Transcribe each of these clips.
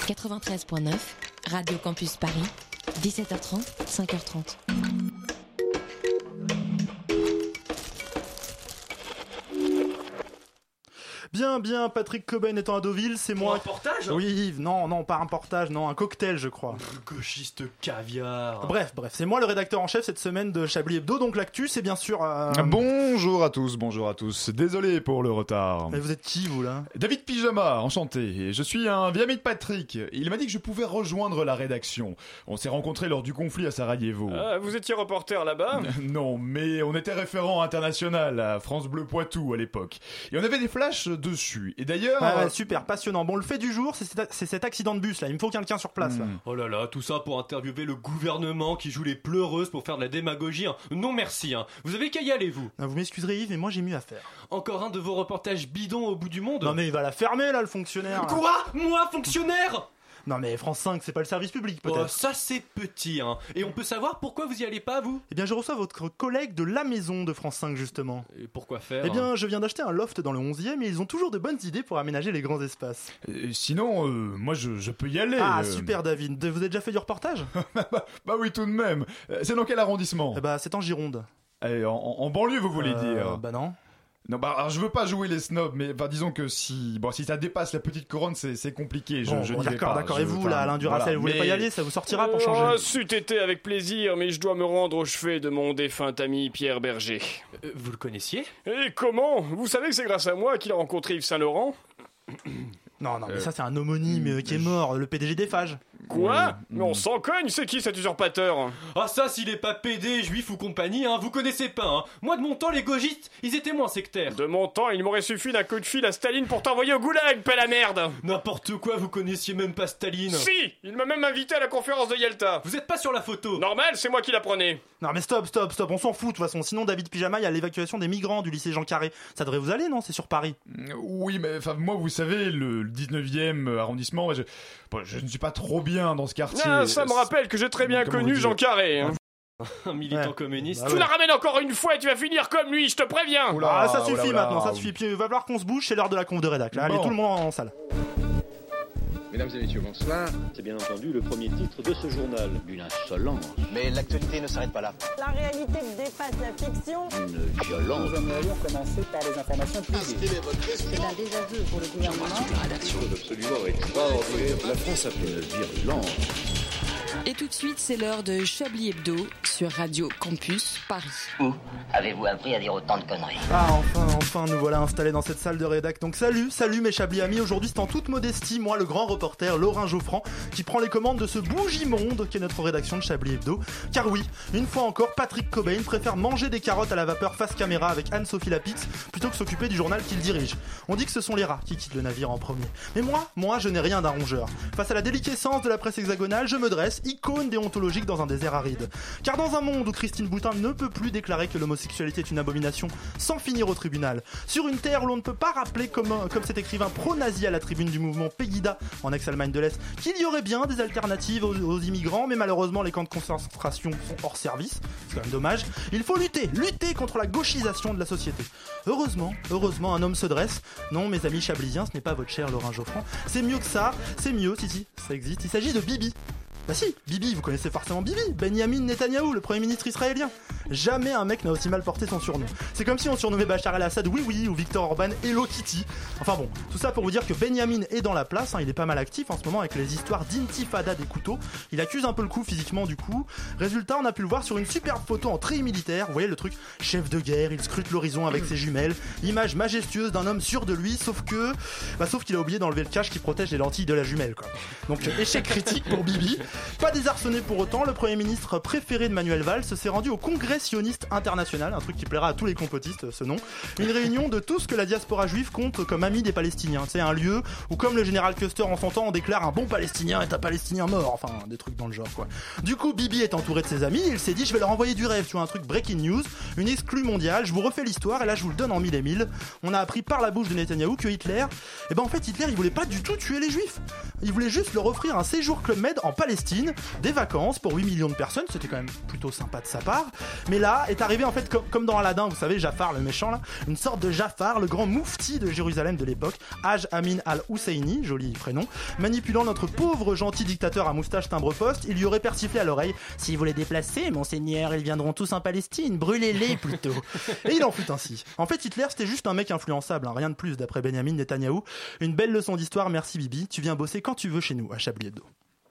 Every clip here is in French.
93.9, Radio Campus Paris, 17h30, 5h30. Bien, Patrick Cobain étant à Deauville, c'est moi. Un reportage ? Oui, non, pas un reportage, non, un cocktail, je crois. Gauchiste caviar. Bref, c'est moi le rédacteur en chef cette semaine de Chablis Hebdo, donc l'actu, c'est bien sûr... Bonjour à tous, désolé pour le retard. Mais vous êtes qui, vous, là ? David Pyjama, enchanté, je suis un vieil ami de Patrick. Il m'a dit que je pouvais rejoindre la rédaction. On s'est rencontrés lors du conflit à Sarajevo. Vous étiez reporter là-bas ? Non, mais on était référent international à France Bleu Poitou à l'époque. Et on avait des flashs dessus. Et d'ailleurs... Ouais, super, passionnant. Bon, le fait du jour, c'est cet accident de bus, là. Il me faut quelqu'un sur place, là. Oh là là, tout ça pour interviewer le gouvernement qui joue les pleureuses pour faire de la démagogie. Non merci, vous avez qu'à y aller, vous. Vous m'excuserez, Yves, mais moi j'ai mieux à faire. Encore un de vos reportages bidons au bout du monde ? Non mais il va la fermer, là, le fonctionnaire. Là. Quoi ? Moi, fonctionnaire ? Non mais France 5, c'est pas le service public, peut-être. Oh, ça c'est petit, Et on peut savoir pourquoi vous y allez pas, vous ? Eh bien, je reçois votre collègue de la maison de France 5, justement. Et pourquoi faire ? Eh bien, je viens d'acheter un loft dans le 11e et ils ont toujours de bonnes idées pour aménager les grands espaces. Sinon, moi je peux y aller. Ah, super, David. Vous avez déjà fait du reportage ? Bah oui, tout de même. C'est dans quel arrondissement ? Eh bah, c'est en Gironde. En banlieue, vous voulez dire ? Bah non. Non, alors je veux pas jouer les snobs, mais disons que si ça dépasse la petite couronne, c'est compliqué. Je n'y vais pas. D'accord. Et vous, là, Alain Duracell, vous voulez pas y aller ? Ça vous sortira pour changer. C'eût été avec plaisir, mais je dois me rendre au chevet de mon défunt ami Pierre Berger. Vous le connaissiez ? Et comment ? Vous savez que c'est grâce à moi qu'il a rencontré Yves Saint-Laurent ? Non, mais ça c'est un homonyme qui est mort, le PDG d'Eiffage. Quoi ? Mais on s'en cogne, c'est qui cet usurpateur ? Ah ça, s'il est pas PD, juif ou compagnie, vous connaissez pas, Moi de mon temps, les gauchistes, ils étaient moins sectaires. De mon temps, il m'aurait suffi d'un coup de fil à Staline pour t'envoyer au goulag, pelle à merde ! N'importe quoi, vous connaissiez même pas Staline. Si ! Il m'a même invité à la conférence de Yalta. Vous êtes pas sur la photo. Normal, c'est moi qui la prenais. Non mais stop, on s'en fout de toute façon. Sinon, David Pyjama, il y a l'évacuation des migrants du lycée Jean Carré. Ça devrait vous aller, non ? C'est sur Paris. Oui, mais moi, vous savez, le 19e arrondissement, je ne suis pas trop bien dans ce quartier. Ah, ça me rappelle que j'ai très bien connu Jean Carré. Un militant communiste. Tu la ramènes encore une fois et tu vas finir comme lui, je te préviens. Oula, ça suffit maintenant, ça suffit. Puis il va falloir qu'on se bouge, c'est l'heure de la conf de rédac. Allez, tout le monde en salle. Mesdames et messieurs, bonsoir. C'est bien entendu le premier titre de ce journal. Une insolence. Mais l'actualité ne s'arrête pas là. La réalité dépasse la fiction. Une violence. Nous aimerions commencer par les informations privées. C'est un désaveu pour le gouvernement. Une rédaction absolument extraordinaire. La France a fait une virulence. Et tout de suite, c'est l'heure de Chablis Hebdo sur Radio Campus Paris. Où avez-vous appris à dire autant de conneries ? Ah, enfin, nous voilà installés dans cette salle de rédac. Donc salut mes Chablis amis. Aujourd'hui, c'est en toute modestie, moi, le grand reporter Laurent Geoffrand, qui prend les commandes de ce bougie-monde qu'est notre rédaction de Chablis Hebdo. Car oui, une fois encore, Patrick Cobain préfère manger des carottes à la vapeur face caméra avec Anne-Sophie Lapix plutôt que s'occuper du journal qu'il dirige. On dit que ce sont les rats qui quittent le navire en premier. Mais moi, je n'ai rien d'un rongeur. Face à la déliquescence de la presse hexagonale, je me dresse, icône déontologique dans un désert aride. Car dans un monde où Christine Boutin ne peut plus déclarer que l'homosexualité est une abomination sans finir au tribunal, sur une terre où l'on ne peut pas rappeler comme cet écrivain pro-nazi à la tribune du mouvement Pegida en ex-Allemagne de l'Est, qu'il y aurait bien des alternatives aux immigrants, mais malheureusement les camps de concentration sont hors service, c'est quand même dommage. Il faut lutter contre la gauchisation de la société. Heureusement, un homme se dresse. Non, mes amis chablisiens, ce n'est pas votre cher Laurent Geoffrand. C'est mieux que ça, c'est mieux, si, ça existe. Il s'agit de Bibi. Bah si, Bibi, vous connaissez forcément Bibi, Benyamin Netanyahou, le premier ministre israélien. Jamais un mec n'a aussi mal porté son surnom. C'est comme si on surnommait Bachar el-Assad oui ou Victor Orban Hello Kitty. Enfin bon, tout ça pour vous dire que Benyamin est dans la place, il est pas mal actif en ce moment avec les histoires d'intifada des couteaux. Il accuse un peu le coup physiquement du coup. Résultat, on a pu le voir sur une superbe photo en treillis militaire. Vous voyez le truc, chef de guerre, il scrute l'horizon avec ses jumelles. Image majestueuse d'un homme sûr de lui, sauf qu'il a oublié d'enlever le cache qui protège les lentilles de la jumelle, quoi. Donc échec critique pour Bibi. Pas désarçonné pour autant, le Premier ministre préféré de Manuel Valls s'est rendu au Congrès sioniste international, un truc qui plaira à tous les complotistes, ce nom. Une réunion de tout ce que la diaspora juive compte comme amis des Palestiniens. C'est un lieu où, comme le général Custer en son temps, on déclare un bon Palestinien est un Palestinien mort. Enfin, des trucs dans le genre, quoi. Du coup, Bibi est entouré de ses amis, il s'est dit, je vais leur envoyer du rêve, tu vois, un truc breaking news, une exclue mondiale, je vous refais l'histoire, et là, je vous le donne en mille et mille. On a appris par la bouche de Netanyahou que Hitler, en fait, Hitler, il voulait pas du tout tuer les juifs. Il voulait juste leur offrir un séjour Club Med en Palestine. Palestine, des vacances pour 8 millions de personnes, c'était quand même plutôt sympa de sa part. Mais là est arrivé en fait comme dans Aladdin, vous savez, Jafar le méchant là, une sorte de Jafar, le grand moufti de Jérusalem de l'époque, Haj Amin al-Husseini, joli prénom, manipulant notre pauvre gentil dictateur à moustache timbre-poste, il lui aurait persiflé à l'oreille: si vous les déplacez, monseigneur, ils viendront tous en Palestine, brûlez-les plutôt. Et il en fut ainsi. En fait, Hitler c'était juste un mec influençable, hein, rien de plus d'après Benjamin Netanyahou. Une belle leçon d'histoire, merci Bibi, tu viens bosser quand tu veux chez nous à Chablis Hebdo.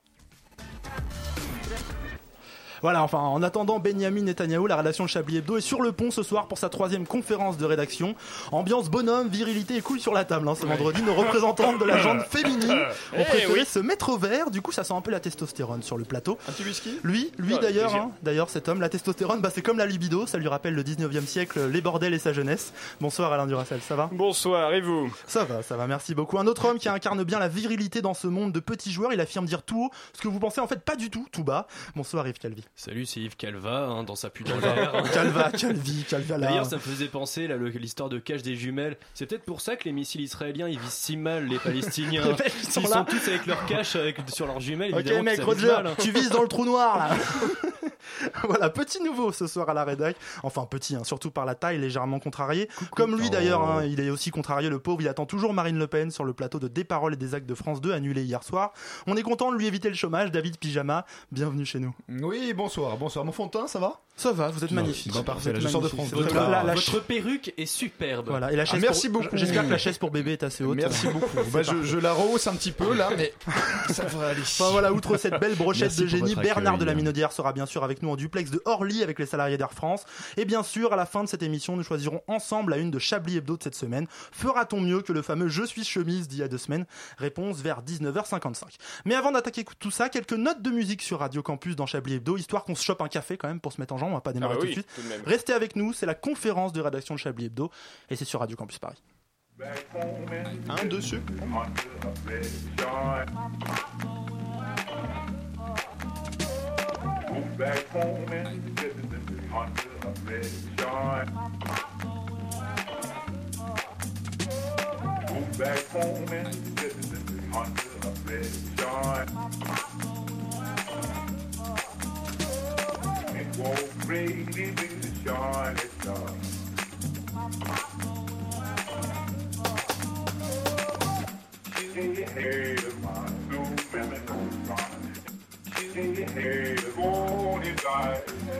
Voilà, enfin, en attendant Benjamin Netanyahou, la rédaction de Chablis Hebdo est sur le pont ce soir pour sa 3e conférence de rédaction. Ambiance bonhomme, virilité et couilles sur la table, hein, ce vendredi. Nos représentantes de la gente féminine ont préféré se mettre au vert. Du coup, ça sent un peu la testostérone sur le plateau. Un petit whisky ? Lui d'ailleurs, hein, cet homme, la testostérone, c'est comme la libido, ça lui rappelle le 19e siècle, les bordels et sa jeunesse. Bonsoir Alain Duracell, ça va ? Bonsoir, et vous ? Ça va, merci beaucoup. Un autre homme qui incarne bien la virilité dans ce monde de petits joueurs, il affirme dire tout haut ce que vous pensez en fait pas du tout, tout bas. Bonsoir Yves Calvi. Salut, c'est Yves Calva, hein, dans sa putain d'air. Calvi là. D'ailleurs, ça me faisait penser l'histoire de cache des jumelles. C'est peut-être pour ça que les missiles israéliens ils visent si mal les Palestiniens. Ils sont tous avec leur cache sur leurs jumelles. Ok mec, Roger, mal, hein. Tu vises dans le trou noir là. Voilà, petit nouveau ce soir à la rédac. Enfin petit, hein, surtout par la taille, légèrement contrarié. Comme lui d'ailleurs, hein, il est aussi contrarié le pauvre. Il attend toujours Marine Le Pen sur le plateau de Des Paroles et des Actes de France 2 annulé hier soir. On est content de lui éviter le chômage. David Pyjama, bienvenue chez nous. Oui, bonsoir, mon fond de teint, ça va ? Ça va, vous êtes magnifique. Bon, parfait, je sors de France. Votre perruque est superbe. Voilà, et la chaise merci beaucoup. J'espère que la chaise pour bébé est assez haute. Merci beaucoup. Je la rehausse un petit peu là, mais ça devrait aller. Enfin voilà, outre cette belle brochette de génie, Bernard de la Minaudière sera bien sûr avec nous en duplex de Orly avec les salariés d'Air France. Et bien sûr, à la fin de cette émission, nous choisirons ensemble la une de Chablis Hebdo de cette semaine. Fera-t-on mieux que le fameux Je suis chemise d'il y a 2 semaines ? Réponse vers 19h55. Mais avant d'attaquer tout ça, quelques notes de musique sur Radio Campus dans Chablis Hebdo, histoire qu'on se chope un café quand même pour se mettre en jambe, on va pas démarrer tout de suite. Restez avec nous, c'est la conférence de rédaction de Chablis Hebdo et c'est sur Radio Campus Paris. Un dessus. Back home and under a red shine. Go back home and under a red shine. It won't rain in the shine, it's done. Hey, my new memory gone. Hey, the moon is eyes.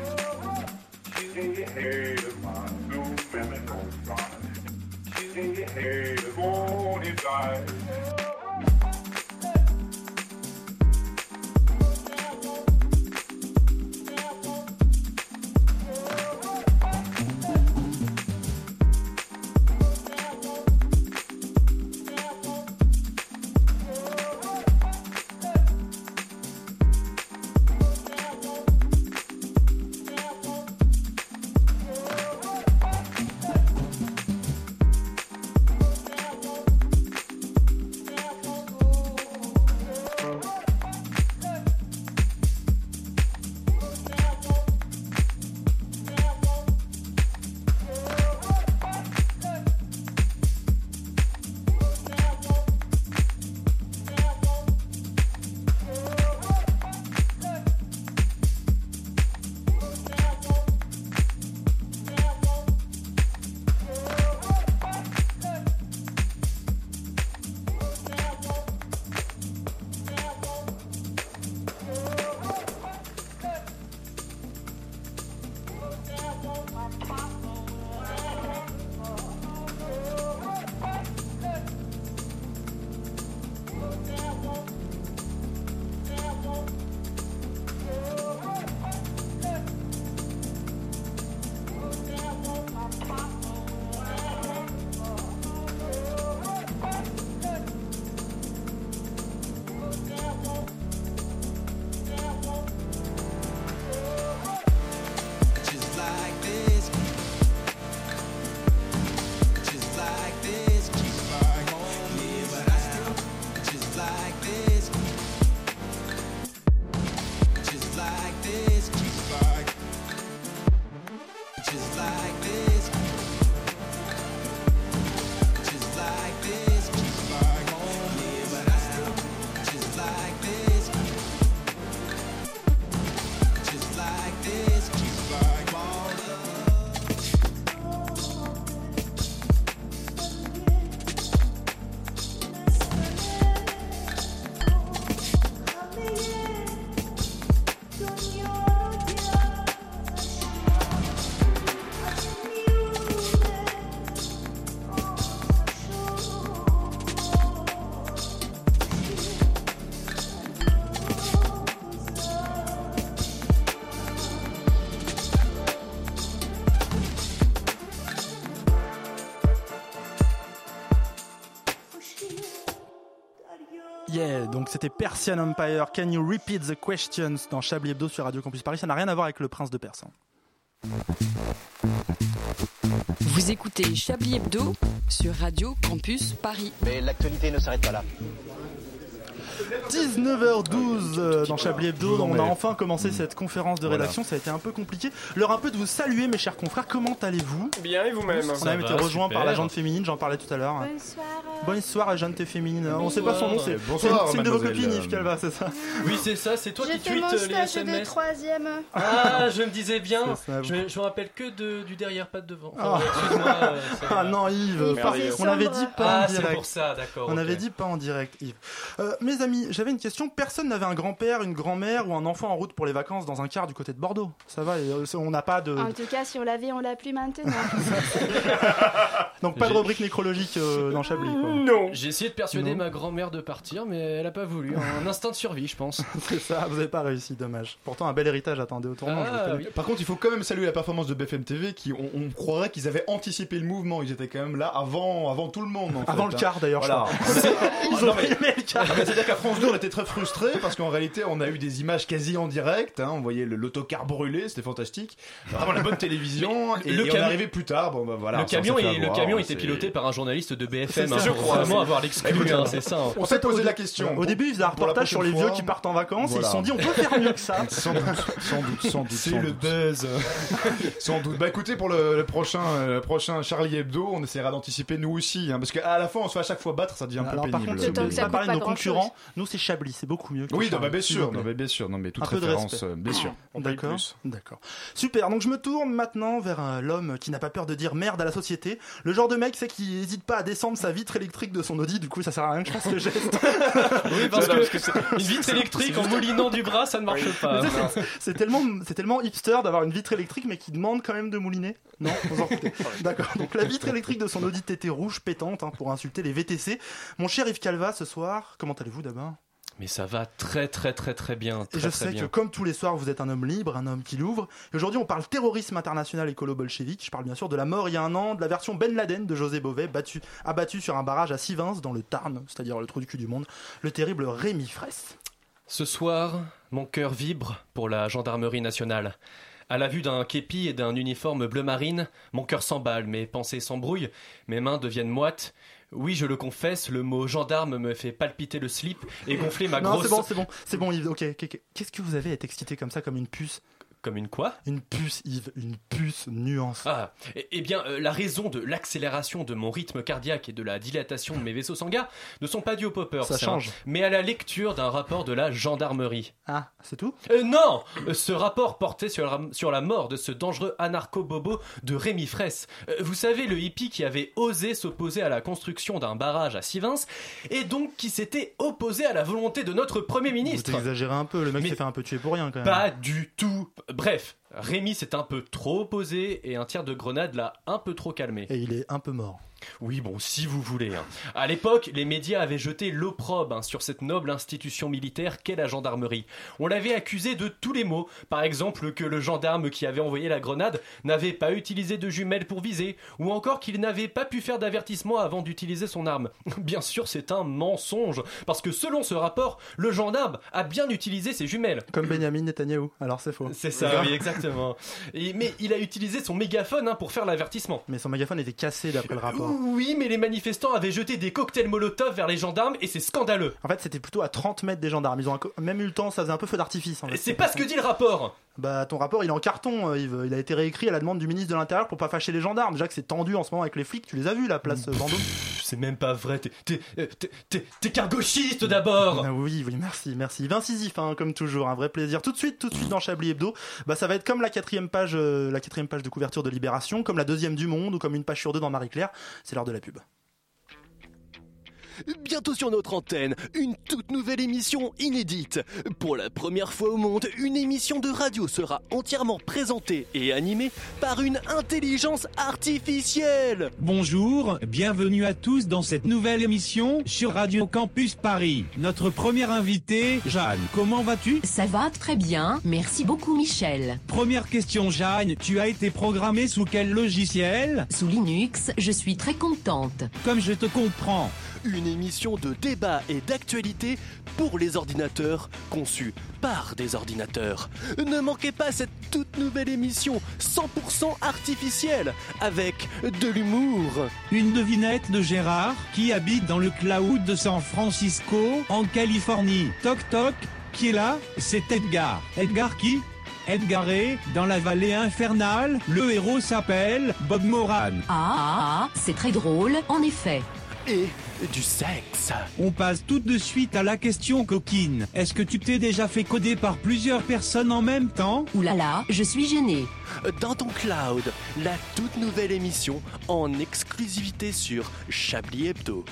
Hey, my new memory gone. Hey, the moon is eyes. Donc c'était Persian Empire, Can You Repeat the Questions dans Chablis Hebdo sur Radio Campus Paris. Ça n'a rien à voir avec le prince de Perse. Vous écoutez Chablis Hebdo sur Radio Campus Paris. Mais l'actualité ne s'arrête pas là. 19h12 dans Chablis Hebdo, on a enfin commencé cette conférence de rédaction, ça a été un peu compliqué. L'heure un peu de vous saluer mes chers confrères, comment allez-vous ? Bien et vous-même ? On a été rejoint par la jante féminine, j'en parlais tout à l'heure. Bonsoir la jante féminine, on sait pas son nom, c'est une de vos copines Yves Calva, c'est ça ? Oui c'est ça, c'est toi qui tweets les SMS. De troisième. Ah je me disais bien, je me rappelle que du derrière, pas de devant. Enfin, excuse-moi. Ah non Yves, on avait dit pas en direct. C'est pour ça, d'accord. On avait dit pas en direct Yves. Mes amis, j'avais une question, personne n'avait un grand-père, une grand-mère ou un enfant en route pour les vacances dans un car du côté de Bordeaux. Ça va, on n'a pas de... En tout cas, si on l'avait, on l'a plus maintenant. Donc pas de rubrique nécrologique dans Chablis, quoi. Non. J'ai essayé de persuader ma grand-mère de partir, mais elle a pas voulu. Un instinct de survie, je pense. C'est ça, vous avez pas réussi, dommage. Pourtant, un bel héritage attendait au tournant. Oui. Par contre, il faut quand même saluer la performance de BFM TV, qui on croirait qu'ils avaient anticipé le mouvement. Ils étaient quand même là avant tout le monde. Avant le quart d'ailleurs, voilà. Ils ont aimé le quart. C'est-à-dire qu'à France 2, on était très frustrés parce qu'en réalité, on a eu des images quasi en direct. On voyait l'autocar brûler, c'était fantastique. Vraiment la bonne télévision. Et on est arrivé plus tard. Bon, bah, voilà, le camion était piloté par un journaliste de BFM. Je crois vraiment avoir l'exclu. C'est ça. On s'est posé la question. Au début, ils faisaient un reportage sur les vieux qui partent en vacances. Et ils se sont dit, on peut faire mieux que ça. Sans doute. C'est le buzz. Sans doute. Bah écoutez, pour le prochain Charlie Hebdo, on essaiera d'anticiper nous aussi, parce qu'à la fin, on se fait à chaque fois battre, ça devient un peu pénible. Par contre, pas parler de nos concurrents. Nous, c'est Chablis, c'est beaucoup mieux. Oui, bien sûr. Non, mais toute référence, bien sûr. D'accord. Super. Donc je me tourne maintenant vers l'homme qui n'a pas peur de dire merde à la société. Le genre de mec, c'est qui n'hésite pas à descendre sa vitre électrique de son Audi. Du coup, ça sert à rien que je fasse le geste. Oui, parce que une vitre électrique en moulinant du bras, ça ne marche pas. C'est tellement hipster d'avoir une vitre électrique, mais qui demande quand même de mouliner. Non, vous en foutez. D'accord. Donc la vitre électrique de son Audi TT rouge pétante pour insulter les VTC. Mon cher Yves Calva, ce soir, comment allez-vous d'abord ? Mais ça va très bien. Et je sais que comme tous les soirs, vous êtes un homme libre, un homme qui l'ouvre. Et aujourd'hui, on parle terrorisme international écolo-bolchevique. Je parle bien sûr de la mort il y a un an, de la version Ben Laden de José Bové, abattu sur un barrage à Sivins, dans le Tarn, c'est-à-dire le trou du cul du monde, le terrible Rémi Fraisse. Ce soir, mon cœur vibre pour la gendarmerie nationale. À la vue d'un képi et d'un uniforme bleu marine, mon cœur s'emballe, mes pensées s'embrouillent, mes mains deviennent moites. Oui, je le confesse, le mot gendarme me fait palpiter le slip et gonfler ma grosse... Non, c'est bon Yves, ok. Qu'est-ce que vous avez à être excité comme ça, comme une puce ? Comme une quoi ? Une puce, Yves, une puce nuance. Ah, eh bien, la raison de l'accélération de mon rythme cardiaque et de la dilatation de mes vaisseaux sanguins ne sont pas dues au poppers, ça change. Mais à la lecture d'un rapport de la gendarmerie. Ah, c'est tout ? Non ! Ce rapport portait sur la mort de ce dangereux anarcho-bobo de Rémi Fraisse. Vous savez, le hippie qui avait osé s'opposer à la construction d'un barrage à Sivins et donc qui s'était opposé à la volonté de notre Premier ministre. Vous exagérez un peu, le mec s'est fait un peu tuer pour rien quand même. Pas du tout. Bref, Rémi s'est un peu trop opposé et un tir de grenade l'a un peu trop calmé. Et il est un peu mort. Oui, bon, si vous voulez. À l'époque, les médias avaient jeté l'opprobre sur cette noble institution militaire qu'est la gendarmerie. On l'avait accusé de tous les maux. Par exemple, que le gendarme qui avait envoyé la grenade n'avait pas utilisé de jumelles pour viser, ou encore qu'il n'avait pas pu faire d'avertissement avant d'utiliser son arme. Bien sûr, c'est un mensonge, parce que selon ce rapport, le gendarme a bien utilisé ses jumelles. Comme Benyamin Netanyahou, alors c'est faux. C'est ça, oui, exactement. Mais il a utilisé son mégaphone pour faire l'avertissement. Mais son mégaphone était cassé d'après le rapport. Oui, mais les manifestants avaient jeté des cocktails Molotov vers les gendarmes et c'est scandaleux. En fait, c'était plutôt à 30 mètres des gendarmes. Ils ont même eu le temps, ça faisait un peu feu d'artifice. En fait. C'est pas ce que dit le rapport. Bah, ton rapport, il est en carton, Yves. Il a été réécrit à la demande du ministre de l'Intérieur pour pas fâcher les gendarmes. Déjà que c'est tendu en ce moment avec les flics. Tu les as vus, la place Vendôme. C'est même pas vrai. T'es qu'un gauchiste d'abord. Ah oui, merci. Incisif, comme toujours. Un vrai plaisir. Tout de suite dans Chablis Hebdo. Bah, ça va être comme la quatrième page de couverture de Libération, comme la deuxième du Monde ou comme une page sur deux dans Marie-Claire. C'est l'heure de la pub. Bientôt sur notre antenne, une toute nouvelle émission inédite. Pour la première fois au monde, une émission de radio sera entièrement présentée et animée par une intelligence artificielle. Bonjour, bienvenue à tous dans cette nouvelle émission sur Radio Campus Paris. Notre première invitée, Jeanne, comment vas-tu ? Ça va très bien, merci beaucoup Michel. Première question Jeanne, tu as été programmée sous quel logiciel ? Sous Linux, je suis très contente. Comme je te comprends. une émission de débat et d'actualité pour les ordinateurs, conçue par des ordinateurs. Ne manquez pas cette toute nouvelle émission 100% artificielle, avec de l'humour. Une devinette de Gérard, qui habite dans le cloud de San Francisco, en Californie. Toc toc, qui est là? C'est Edgar. Edgar qui? Edgaré, dans la vallée infernale, le héros s'appelle Bob Moran. C'est très drôle, en effet. Et du sexe. On passe tout de suite à la question coquine. Est-ce que tu t'es déjà fait coder par plusieurs personnes en même temps? Ouh là là, je suis gênée. Dans ton cloud, la toute nouvelle émission en exclusivité sur Chablis Hebdo.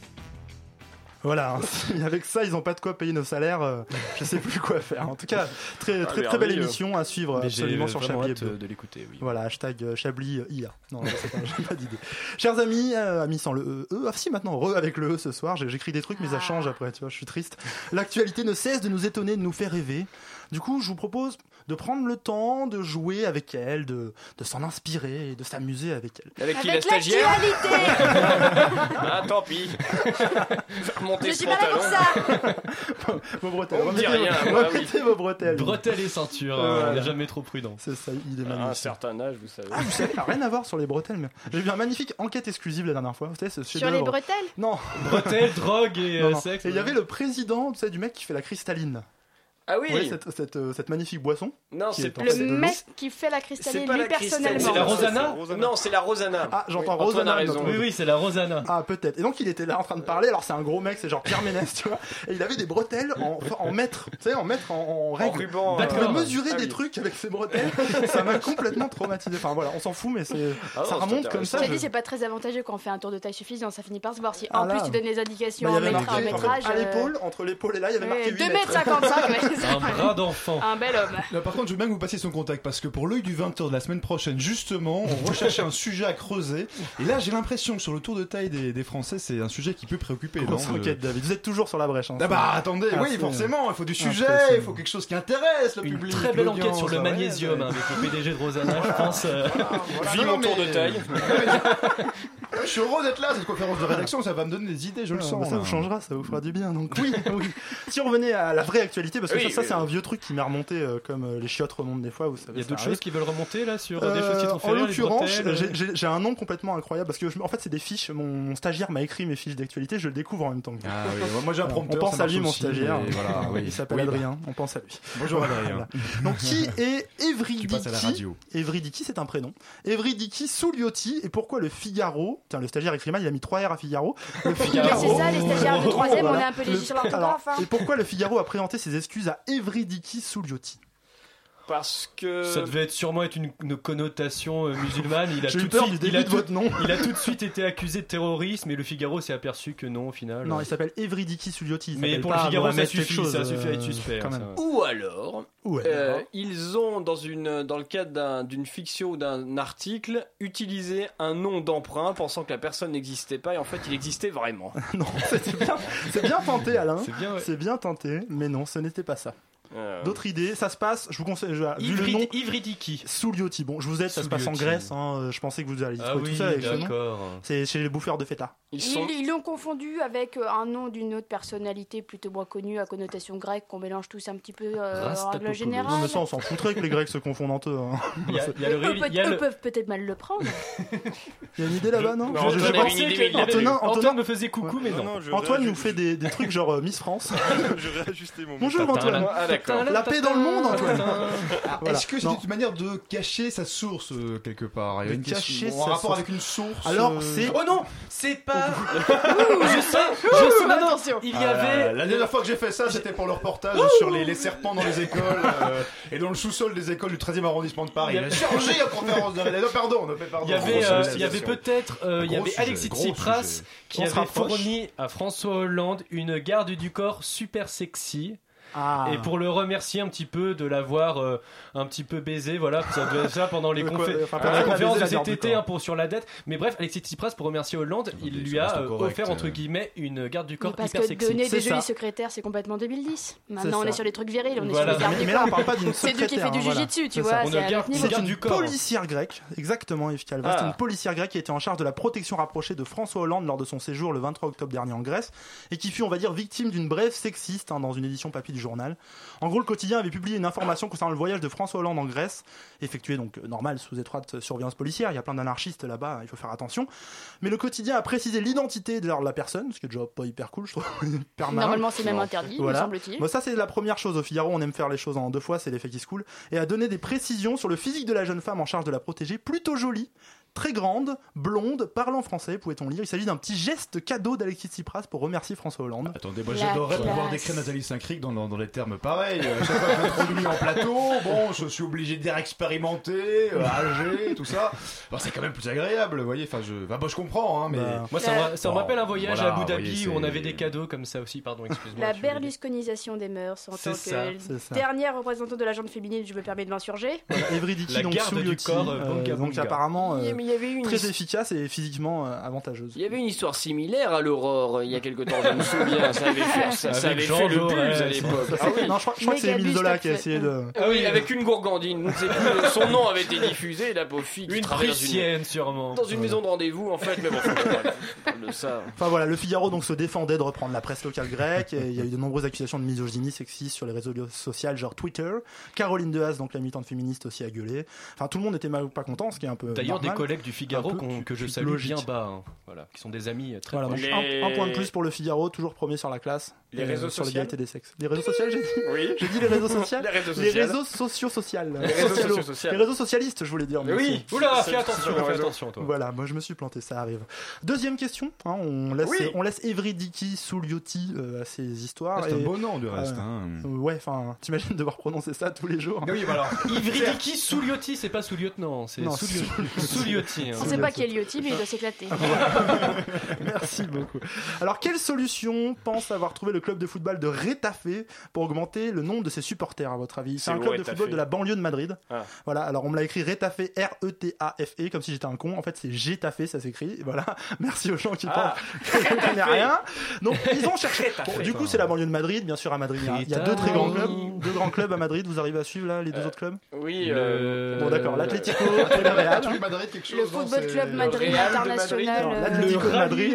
Voilà, avec ça, ils n'ont pas de quoi payer nos salaires. Je sais plus quoi faire. En tout cas, très belle émission à suivre absolument sur Chablis Hebdo. De l'écouter, oui. Voilà, hashtag Chablis IA. Non, j'ai pas d'idée. Chers amis, amis sans le E, si maintenant avec le E ce soir, j'écris des trucs mais ça change après, tu vois, je suis triste. L'actualité ne cesse de nous étonner, de nous faire rêver. Du coup, je vous propose de prendre le temps de jouer avec elle, de s'en inspirer et de s'amuser avec elle. Avec qui, la stagiaire? Ah, tant pis. Je suis pas là pour ça. Vos bretelles. Remettez vos bretelles. Bretelles et ceinture, on n'est jamais trop prudent. C'est ça, il est magnifique. À un certain âge, vous savez. Ah, vous savez, il n'a rien à voir sur les bretelles. Mais... J'ai vu une magnifique enquête exclusive la dernière fois. Vous savez, sur les bretelles? Non. Bretelles, drogue et sexe. Et il y avait le président, tu sais, du mec qui fait la cristalline. Ah oui, ouais, cette magnifique boisson. Non, c'est le mec qui fait la cristalline, lui personnellement. C'est la Rosana? Non, c'est la Rosana. Ah, j'entends Rosana. Raison. Oui, c'est la Rosana. Ah, peut-être. Et donc, il était là en train de parler. Alors, c'est un gros mec, c'est genre Pierre Ménès, tu vois. Et il avait des bretelles en mètres, tu sais, en règle. En ruban. Il pouvait mesurer des trucs avec ses bretelles. Ça m'a complètement traumatisé. Enfin, voilà, on s'en fout, mais ça remonte comme ça. J'ai dit, c'est pas très avantageux quand on fait un tour de taille suffisant. Ça finit par se voir si en plus tu donnes les indications en métrage. À l'épaule, entre l'épaule et là, il y avait marqué 8 mètres. 2,55 m. Un bras d'enfant. Un bel homme. Là, par contre, je veux bien que vous passiez son contact parce que pour l'œil du 20h de la semaine prochaine, justement, on recherchait un sujet à creuser. Et là, j'ai l'impression que sur le tour de taille des Français, c'est un sujet qui peut préoccuper. Grosse enquête, David. Vous êtes toujours sur la brèche. Hein, ah bah attendez, oui, forcément, il faut du sujet, il faut quelque chose qui intéresse le public. Une très belle enquête sur le magnésium avec le PDG de Rosana, je pense. Vive mon tour de taille. Je suis heureux d'être là, cette conférence de rédaction, ça va me donner des idées, je le sens. Ça vous changera, ça vous fera du bien. Donc oui. Si on revenait à la vraie actualité, parce que ça c'est un vieux truc qui m'est remonté comme les chiottes remontent des fois, vous savez. Il y a d'autres choses qui veulent remonter là sur des choses qui t'ont fait rire. En l'occurrence, j'ai un nom complètement incroyable parce que en fait c'est des fiches. Mon stagiaire m'a écrit mes fiches d'actualité, je le découvre en même temps que vous. Ah oui, moi j'ai un prompteur. On pense à lui, mon stagiaire. Voilà, il s'appelle Adrien. On pense à lui. Bonjour Adrien. Donc qui est Evridiki? Tu passes à la radio. Evridiki, c'est un prénom. Evridiki Souliotti. Et pourquoi le Figaro? Tiens, le stagiaire écrit mal, il a mis 3 R à Figaro. Le Figaro. C'est ça, les stagiaires de 3ème, on est un peu léger sur l'orthographe. Et pourquoi le Figaro a présenté ses excuses à Evridiki Souliotti? Parce que ça devait sûrement être une connotation musulmane. Il a tout de suite été accusé de terrorisme et le Figaro s'est aperçu que non au final. Non, il s'appelle Evridiki Souliotti. Mais pour le Figaro ça suffit à être suspect. Ou alors, ils ont dans le cadre d'une fiction ou d'un article utilisé un nom d'emprunt pensant que la personne n'existait pas et en fait il existait vraiment. Non, c'est bien tenté Alain. C'est bien tenté, mais non, ce n'était pas ça. D'autres idées, ça se passe, je vous conseille, vu le nom Ivridiki Souliotti, bon je vous aide, ça se passe en Grèce, hein, je pensais que vous alliez trouver tout ça avec ce nom. C'est chez les bouffeurs de feta. Ils l'ont confondu avec un nom d'une autre personnalité plutôt moins connue à connotation grecque qu'on mélange tous un petit peu en règle générale. Non mais ça on s'en foutrait que les Grecs se confondent entre eux. Hein. Eux peuvent peut-être mal le prendre. Il y a une idée là-bas, non? Je pensais que Antoine me faisait coucou mais non. Antoine nous fait des trucs genre Miss France. Je vais ajuster mon Bonjour Antoine. La paix dans le monde, Antoine. Voilà. Est-ce que c'est une manière de cacher sa source quelque part? Il y a une question en rapport avec une source. Alors c'est. Oh non, c'est pas. Je sais. Attention. Il y avait. La dernière fois que j'ai fait ça, c'était pour le reportage sur les serpents dans les écoles et dans le sous-sol des écoles du 13e arrondissement de Paris. Il a changé la conférence de rédaction. Pardon. Il y avait peut-être. Il y avait Alexis Tsipras qui avait fourni à François Hollande une garde du corps super sexy. Et pour le remercier un petit peu de l'avoir un petit peu baisé, voilà, ça doit être ça pendant les conférences de cet été sur la dette. Mais bref, Alexis Tsipras, pour remercier Hollande, il lui a offert entre guillemets une garde du corps hyper sexy. Parce que donner des jolis secrétaires, c'est complètement 2010. Maintenant, on est sur les trucs virils, on est sur les gardes du corps. Mais là, on parle pas d'une secrétaire. C'est lui qui fait du jiu-jitsu, tu vois. C'est une policière grecque, exactement, Yves Calva. C'est une policière grecque qui était en charge de la protection rapprochée de François Hollande lors de son séjour le 23 octobre dernier en Grèce et qui fut, on va dire, victime d'une brève sexiste dans une édition papier du journal. En gros, le quotidien avait publié une information concernant le voyage de François Hollande en Grèce, effectué donc normal sous étroite surveillance policière. Il y a plein d'anarchistes là-bas, il faut faire attention. Mais le quotidien a précisé l'identité de la personne, ce qui est déjà pas hyper cool, je trouve. Normalement, c'est même interdit, me semble-t-il. Bon, ça, c'est la première chose. Au Figaro, on aime faire les choses en deux fois, c'est l'effet qui se coule. Et a donné des précisions sur le physique de la jeune femme en charge de la protéger, plutôt jolie, très grande, blonde, parlant français, pouvait-on lire. Il s'agit d'un petit geste cadeau d'Alexis Tsipras pour remercier François Hollande. Attendez, moi j'adorerais pouvoir décrire Nathalie Saint-Cric dans les termes pareils. Chaque fois que je m'introduis en plateau, bon, je suis obligé de dire expérimenté, âgé, tout ça. Bon, c'est quand même plus agréable, vous voyez. Enfin, je comprends, hein, mais moi ça me rappelle un voyage à Abu Dhabi où on avait des cadeaux comme ça aussi. Pardon, excuse-moi. La berlusconisation des mœurs en tant que dernière représentante de la gente féminine, je me permets de m'insurger. Evridiki, donc sous du corps, donc apparemment. Il y avait une très efficace et physiquement avantageuse. Il y avait une histoire similaire à l'Aurore il y a quelque temps, je me souviens. Ça avait fait le buzz à l'époque. Non, je crois que c'est Émile Zola qui a essayé de. Ah oui, avec une gourgandine. Son nom avait été diffusé, la pauvre fille. Une prussienne, sûrement. Dans une maison de rendez-vous, en fait. Mais bon, de ça. Enfin voilà, le Figaro donc se défendait de reprendre la presse locale grecque. Et il y a eu de nombreuses accusations de misogynie sexiste sur les réseaux sociaux, genre Twitter. Caroline Dehaze, donc la militante féministe, aussi a gueulé. Enfin, tout le monde était pas content, ce qui est un peu. D'ailleurs, des collègues du Figaro que je salue bien bas, hein. Voilà, qui sont des amis très proches. Un point de plus pour le Figaro, toujours premier sur la classe. Les réseaux sur sociaux, l'égalité des sexes. Les réseaux sociaux, j'ai dit. Oui. J'ai dit les réseaux sociaux. Les réseaux sociaux. Les réseaux socialistes, je voulais dire. Mais oui. Oula, fais attention, toi. Voilà, moi je me suis planté, ça arrive. Deuxième question. Hein, on laisse Evridiki Souliotti à ses histoires. C'est un beau nom du reste. Ouais, enfin, t'imagines devoir prononcer ça tous les jours. Oui, voilà. Evridiki Souliotti, c'est pas sous-lieutenant, c'est Souliotti. On sait pas qui est Liotti, mais il doit s'éclater. Merci beaucoup. Alors, quelle solution pense avoir trouvé le club de football de Retafe pour augmenter le nombre de ses supporters, à votre avis? C'est un club de football de la banlieue de Madrid. Voilà, alors on me l'a écrit Retafe, R-E-T-A-F-E, comme si j'étais un con. En fait, c'est Getafe, ça s'écrit. Voilà, merci aux gens qui pensent que je ne connais rien. Donc, ils ont cherché. Bon, du coup, c'est la banlieue de Madrid. Bien sûr, à Madrid, il y a deux très grands clubs. Deux grands clubs à Madrid. Vous arrivez à suivre là les deux autres clubs? Oui. Bon, d'accord. L'Atlético et le Real. Le Football Club Madrid International. L'Atlético de Madrid.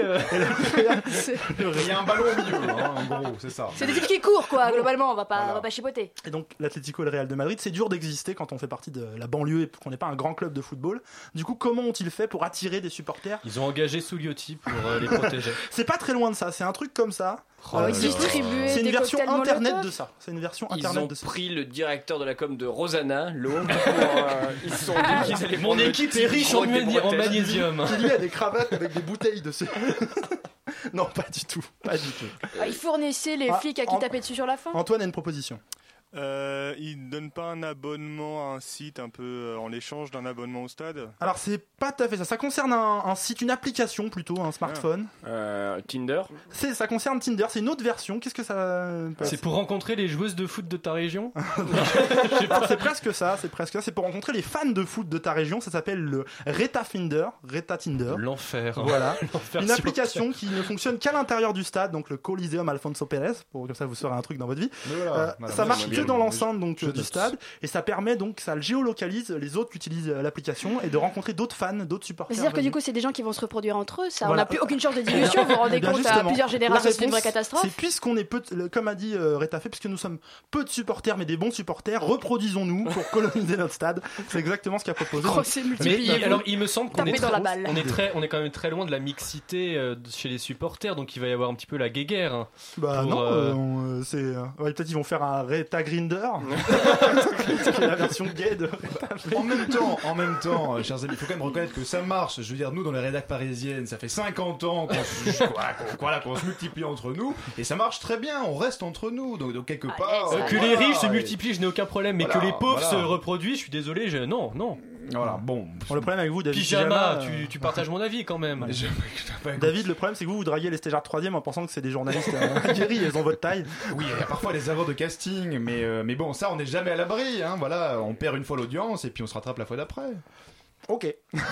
Il y a un ballon au milieu, en gros, c'est ça. C'est des types qui courent, quoi, globalement, on va pas chipoter. Et donc, l'Atlético et le Real de Madrid, c'est dur d'exister quand on fait partie de la banlieue et qu'on n'est pas un grand club de football. Du coup, comment ont-ils fait pour attirer des supporters? Ils ont engagé Souliotti pour les protéger. C'est pas très loin de ça, c'est un truc comme ça. C'est une version internet de ça. C'est une version internet de ça. Ils ont pris le directeur de la com de Rosanna, l'homme. Ils se sont dit qu'ils allaient Mon équipe est riche en magnésium. Il y a des cravates avec des bouteilles dessus. Non, pas du tout. Il fournissait les flics à qui taper dessus sur la fin. Antoine a une proposition. Ils ne donnent pas un abonnement à un site un peu en l'échange d'un abonnement au stade? Alors c'est pas tout à fait ça. Ça concerne un site, une application plutôt, un smartphone. Tinder. Ça concerne Tinder. C'est une autre version. Qu'est-ce que ça? C'est pour rencontrer les joueuses de foot de ta région? C'est presque ça. C'est pour rencontrer les fans de foot de ta région. Ça s'appelle le Reta Tinder. L'enfer. Voilà. Une application qui ne fonctionne qu'à l'intérieur du stade, donc le Coliseum Alfonso Pérez. Comme ça, vous saurez un truc dans votre vie. Ça marche que dans l'enceinte donc du stade, et ça permet donc, ça le géolocalise les autres qui utilisent l'application et de rencontrer d'autres fans, d'autres supporters. C'est-à-dire que du coup c'est des gens qui vont se reproduire entre eux, ça, on n'a plus aucune chance de dilution. Vous vous rendez compte, à plusieurs générations c'est une vraie catastrophe. C'est puisqu'on est peu, comme a dit Retafe, puisque nous sommes peu de supporters mais des bons supporters, reproduisons-nous pour coloniser notre stade. C'est exactement ce qu'a proposé. Mais alors il me semble qu'on est quand même très loin de la mixité chez les supporters, donc il va y avoir un petit peu la guéguerre. Non, peut-être ils vont faire un Reta Grinder. C'est la version gay de En même temps, chers amis, il faut quand même reconnaître que ça marche. Je veux dire, nous, dans les rédacs parisiennes, ça fait 50 ans qu'on se multiplie entre nous, et ça marche très bien, on reste entre nous, donc quelque part... que les riches se multiplient, je n'ai aucun problème, mais que les pauvres se reproduisent, je suis désolé, non. Voilà, bon. Le problème avec vous, David Pyjama, tu partages mon avis quand même. David, le problème c'est que vous draguez les stagiaires de 3ème en pensant que c'est des journalistes guéris, ils ont votre taille. Oui, il y a parfois des erreurs de casting, mais bon, ça on n'est jamais à l'abri, hein, voilà, on perd une fois l'audience et puis on se rattrape la fois d'après. Ok.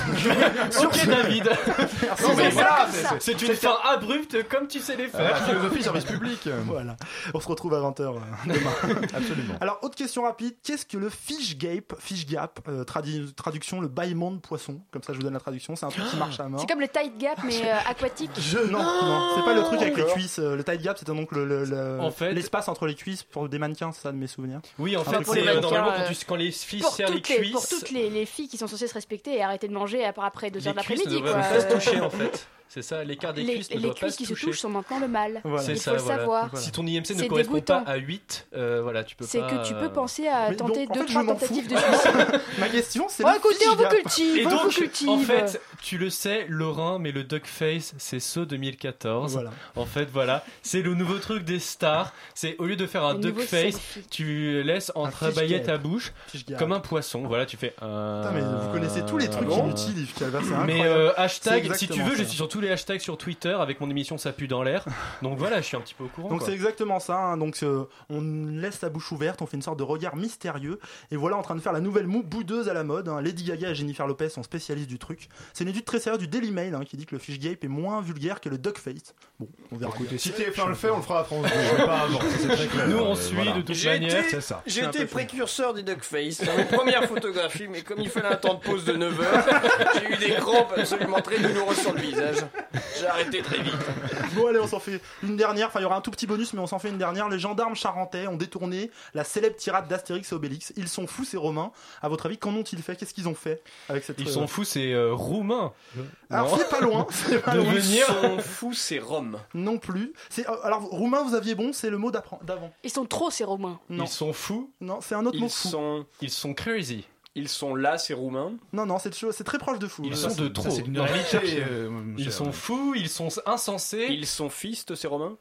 Ok David. Non, mais voilà, c'est une fin abrupte comme tu sais les faire. Philosophie, service public. Voilà. On se retrouve à 20h demain. Absolument. Alors, autre question rapide. Qu'est-ce que le fish gap, traduction le bâillement de poisson. Comme ça, je vous donne la traduction. C'est un truc qui marche à mort. C'est comme le tide gap, mais aquatique. Non, c'est pas le truc avec les cuisses. Le tide gap, c'était donc en fait, l'espace entre les cuisses pour des mannequins, c'est ça de mes souvenirs. Oui, en fait, c'est normalement quand les filles serrent les cuisses. Pour toutes les filles qui sont censées se respecter et arrêter de manger après 2 heures de l'après-midi. Les cuisses ne devraient pas se toucher en fait. C'est ça, l'écart des cuisses ne doit pas se toucher. Les cuisses qui se touchent sont maintenant le mal. Voilà. Il faut le savoir. Si ton IMC ne correspond pas à 8, voilà, tu peux pas... C'est que tu peux penser à tenter 2-3 tentatives de suicide. Ma question, c'est écoutez, on vous cultive. Et donc, en fait, tu le sais, Laurent, mais le Duckface, c'est Saut 2014. Voilà. En fait, voilà, c'est le nouveau truc des stars. C'est au lieu de faire un Duckface, tu laisses entrebâiller ta bouche comme un poisson. Voilà, tu fais... Putain, mais vous connaissez tous les trucs inutiles, mais hashtag, si tu veux, je suis sur tous les hashtags sur Twitter avec mon émission Ça pue dans l'air. Donc voilà, je suis un petit peu au courant. Donc c'est exactement ça. Hein. Donc on laisse la bouche ouverte, on fait une sorte de regard mystérieux. Et voilà, en train de faire la nouvelle boudeuse à la mode. Hein. Lady Gaga et Jennifer Lopez sont spécialistes du truc. C'est une étude très sérieuse du Daily Mail qui dit que le fish gape est moins vulgaire que le duckface. Bon, on verra. Écoutez, si TF1 le fait, on le fera à France 2. Je vais pas avant, c'est très clair. Nous on suit de toute manière. C'est ça. J'ai été précurseur du duckface dans mes premières photographies, mais comme il fallait un temps de pause de 9 heures, j'ai eu des crampes absolument très douloureuses sur le visage. J'ai arrêté très vite. Bon allez, on s'en fait une dernière. Enfin, il y aura un tout petit bonus, mais on s'en fait une dernière. Les gendarmes charentais ont détourné la célèbre tirade d'Astérix et Obélix. Ils sont fous, ces Romains. À votre avis, qu'en ont-ils fait? Qu'est-ce qu'ils ont fait avec cette... Ils sont fous, c'est roumain. Alors c'est pas loin. Ils sont fous, c'est Rome. Non plus. Alors roumain, vous aviez bon, c'est le mot d'avant. Ils sont trop, ces Romains. Non. Ils sont fous. Non, c'est un autre mot. Fou. Ils sont crazy. Ils sont là, c'est roumain. Non, c'est très proche de fou. Ils sont de trop. C'est une réalité. Ils sont fous, ils sont insensés. Ils sont fistes, c'est romain.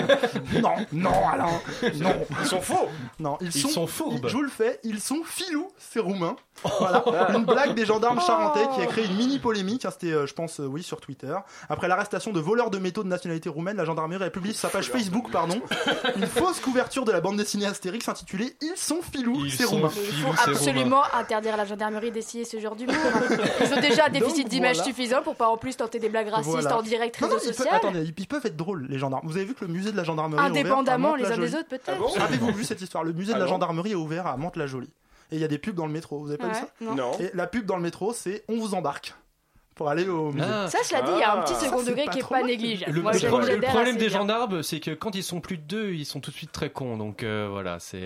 Non, Alain. Non. Ils sont faux. Non, ils sont fourbes. Je vous le fais, ils sont filous, c'est roumain. Voilà, une blague des gendarmes charentais qui a créé une mini polémique. C'était, je pense, sur Twitter. Après l'arrestation de voleurs de métaux de nationalité roumaine, la gendarmerie a publié sur sa page Facebook, une fausse couverture de la bande dessinée Astérix intitulée Ils sont filous, c'est roumain. Il faut absolument interdire à la gendarmerie d'essayer ce genre d'humour. Ils ont déjà un déficit d'image suffisant pour pas en plus tenter des blagues racistes en direct réseau social. Attendez, ils peuvent être drôles, les gendarmes. Vous avez vu que le musée de la gendarmerie indépendamment est ouvert à les uns des autres, peut-être. Ah bon Avez-vous vu cette histoire? Le musée de la gendarmerie est ouvert à Mantes-la-Jolie. Et il y a des pubs dans le métro. Vous avez pas vu ça? Non. Et la pub dans le métro, c'est on vous embarque pour aller au musée. Ça, cela dit, il y a un petit second degré qui est pas négligeable. Le problème des gendarmes, c'est que quand ils sont plus de 2, ils sont tout de suite très cons. Donc voilà, c'est.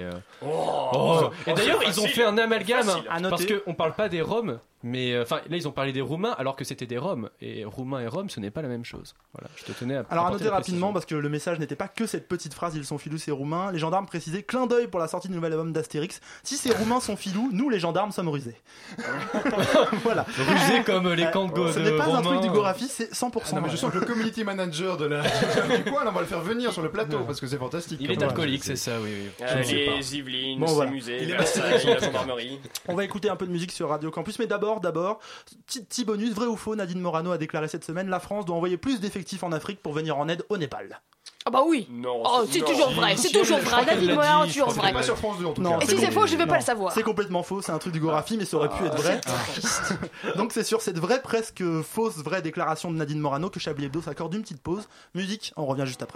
Et d'ailleurs, ils ont fait un amalgame parce qu'on parle pas des Roms. Mais enfin, là, ils ont parlé des Roumains alors que c'était des Roms. Et Roumains et Roms, ce n'est pas la même chose. Voilà, je te tenais à. Alors, à noter rapidement, parce que le message n'était pas que cette petite phrase, ils sont filous, c'est roumains. Les gendarmes précisaient clin d'œil pour la sortie du nouvel album d'Astérix. Si ces Roumains sont filous, nous, les gendarmes, sommes rusés. Voilà. Rusés comme les Kangos. Ce n'est pas un truc du Gorafi, c'est 100%. Non, mais je sens que le community manager du coin, là, on va le faire venir sur le plateau parce que c'est fantastique. Il est alcoolique, c'est ça, oui. Les Yvelines, ces musées, la gendarmerie. On va écouter un peu de musique sur Radio Campus, mais d'abord, petit bonus, vrai ou faux, Nadine Morano a déclaré cette semaine la France doit envoyer plus d'effectifs en Afrique pour venir en aide au Népal. Ah bah oui. Non. C'est toujours vrai. C'est toujours vrai. Nadine Morano, toujours vrai. Pas sur France 2 en tout cas. Et si c'est faux, je vais pas le savoir. C'est complètement faux. C'est un truc du Gorafi, mais ça aurait pu être vrai. Donc c'est sur cette vraie, presque fausse, vraie déclaration de Nadine Morano que Chablis Hebdo s'accorde une petite pause. Musique, on revient juste après.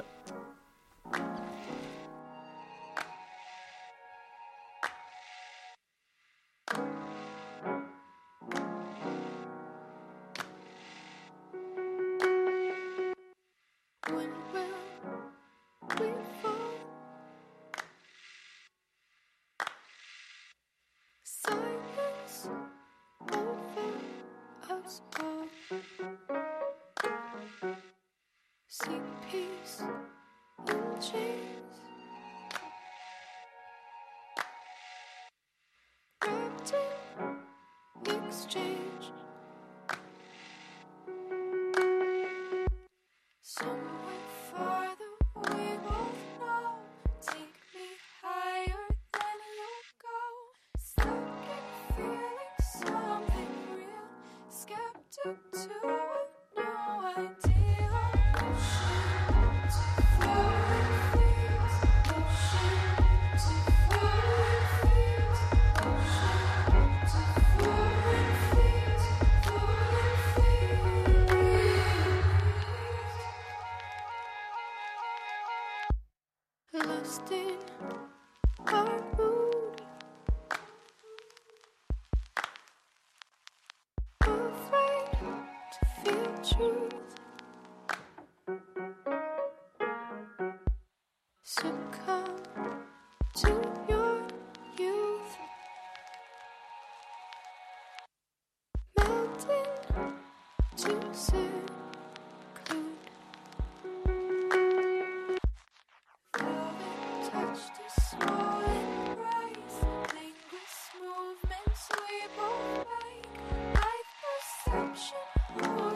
Silence over us all. Seek peace in change.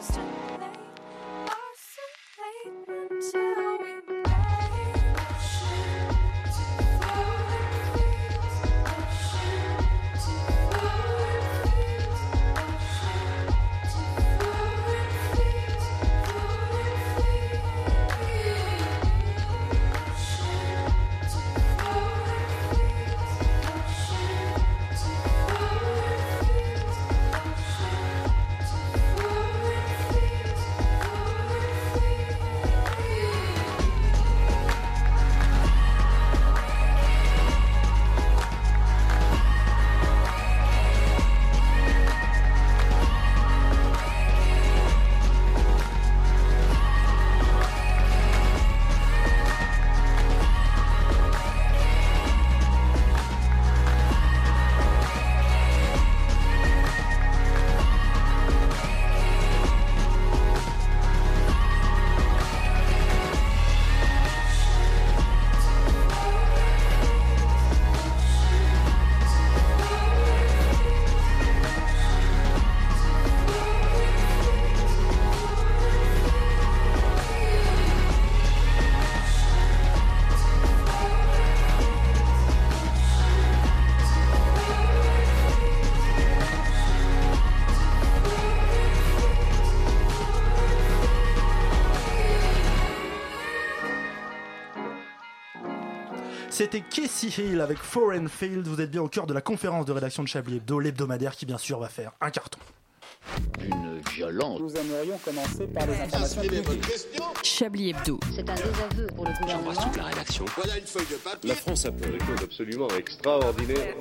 C'était Casey Hill avec Foreign Field. Vous êtes bien au cœur de la conférence de rédaction de Chablis Hebdo, l'hebdomadaire qui bien sûr va faire un carton. Une violence. Nous aimerions commencer par les informations publiques. Chablis Hebdo. C'est un désaveu pour le gouvernement. Toute la rédaction. Voilà une feuille de papier. La France a fait des choses absolument extraordinaires.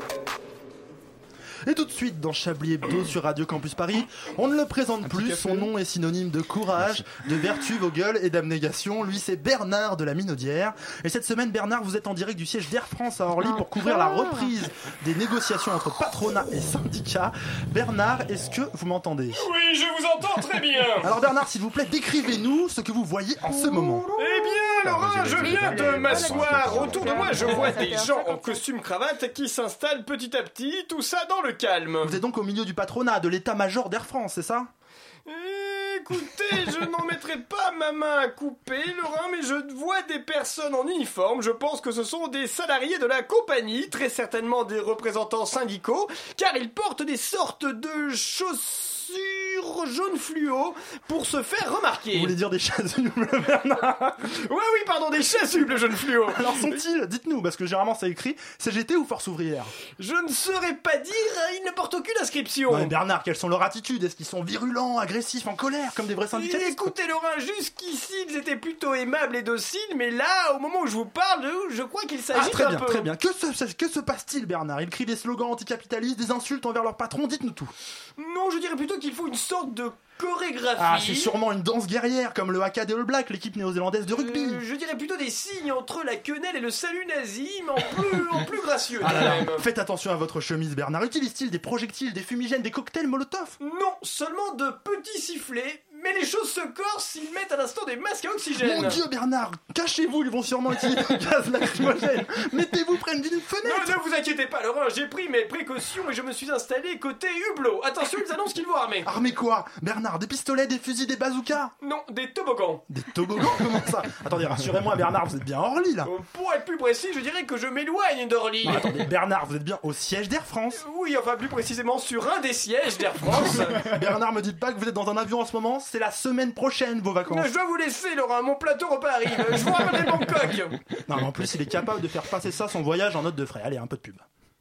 Et tout de suite dans Chablis Hebdo sur Radio Campus Paris, on ne le présente plus, son nom est synonyme de courage, de vertu, vos gueules et d'abnégation. Lui c'est Bernard de la Minaudière. Et cette semaine Bernard, vous êtes en direct du siège d'Air France à Orly pour couvrir la reprise des négociations entre patronat et syndicats. Bernard, est-ce que vous m'entendez ? Oui, je vous entends très bien. Alors Bernard, s'il vous plaît, décrivez-nous ce que vous voyez en ce moment. Eh bien, Laurent, je viens de m'asseoir. Autour de moi, je vois des gens en costume cravate qui s'installent petit à petit, tout ça dans le calme. Vous êtes donc au milieu du patronat, de l'état-major d'Air France, c'est ça ? Écoutez, je n'en mettrai pas ma main à couper, Laurent, mais je vois des personnes en uniforme. Je pense que ce sont des salariés de la compagnie, très certainement des représentants syndicaux, car ils portent des sortes de chaussures jaune fluo pour se faire remarquer. Vous voulez dire des chasubles, Bernard ? Oui, pardon, des chasubles jaune fluo. Alors sont-ils, dites-nous, parce que généralement c'est écrit CGT ou Force ouvrière ? Je ne saurais pas dire, ils ne portent aucune inscription. Ouais, Bernard, quelles sont leurs attitudes ? Est-ce qu'ils sont virulents, agressifs, en colère, comme des vrais syndicalistes ? Écoutez Laurent, jusqu'ici ils étaient plutôt aimables et dociles, mais là, au moment où je vous parle, je crois qu'il s'agit un peu... Très bien. Que se passe-t-il, Bernard ? Ils crient des slogans anticapitalistes, des insultes envers leur patron, dites-nous tout. Non, je dirais plutôt qu'il faut une sorte de chorégraphie. Ah, c'est sûrement une danse guerrière, comme le haka des All Blacks, l'équipe néo-zélandaise de rugby. Je dirais plutôt des signes entre la quenelle et le salut nazi, mais en plus gracieux. Faites attention à votre chemise, Bernard. Utilise-t-il des projectiles, des fumigènes, des cocktails Molotov ? Non, seulement de petits sifflets. Mais les choses se corsent s'ils mettent à l'instant des masques à oxygène. Mon Dieu, Bernard, cachez-vous, ils vont sûrement utiliser du gaz lacrymogène. Mettez-vous près d'une fenêtre. Non, ne vous inquiétez pas, Laurent, j'ai pris mes précautions et je me suis installé côté hublot. Attention, ils annoncent qu'ils vont armer. Armer quoi, Bernard ? Des pistolets, des fusils, des bazookas ? Non, des toboggans. Des toboggans ? Comment ça ? Attendez, rassurez-moi, Bernard, vous êtes bien à Orly, là. Pour être plus précis, je dirais que je m'éloigne d'Orly. Attendez, Bernard, vous êtes bien au siège d'Air France ? Oui, enfin plus précisément sur un des sièges d'Air France. Bernard, me dites pas que vous êtes dans un avion en ce moment, c'est la semaine prochaine vos vacances. Je dois vous laisser, Laurent, mon plateau repas arrive. Je vous ramène Bangkok. Non, mais en plus, il est capable de faire passer ça, son voyage, en note de frais. Allez, un peu de pub.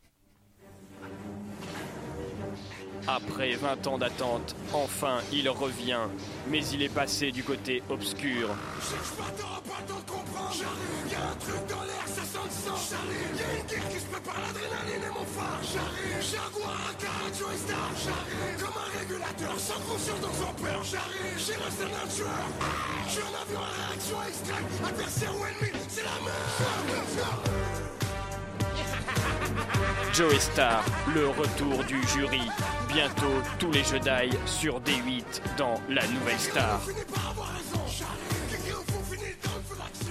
Après 20 ans d'attente, enfin il revient, mais il est passé du côté obscur. Y'a un truc dans l'air, ça sent le sang. Y'a une guerre qui se prépare, l'adrénaline est mon phare. Jaguar, AK, Joey Star. Comme un régulateur, sans conscience dans son peur. J'ai resté un tueur. J'suis un avion à réaction extrême. Adversaire ou ennemi, c'est la merde. Joey Star, le retour du jury. Bientôt tous les Jedi sur D8 dans La Nouvelle Star.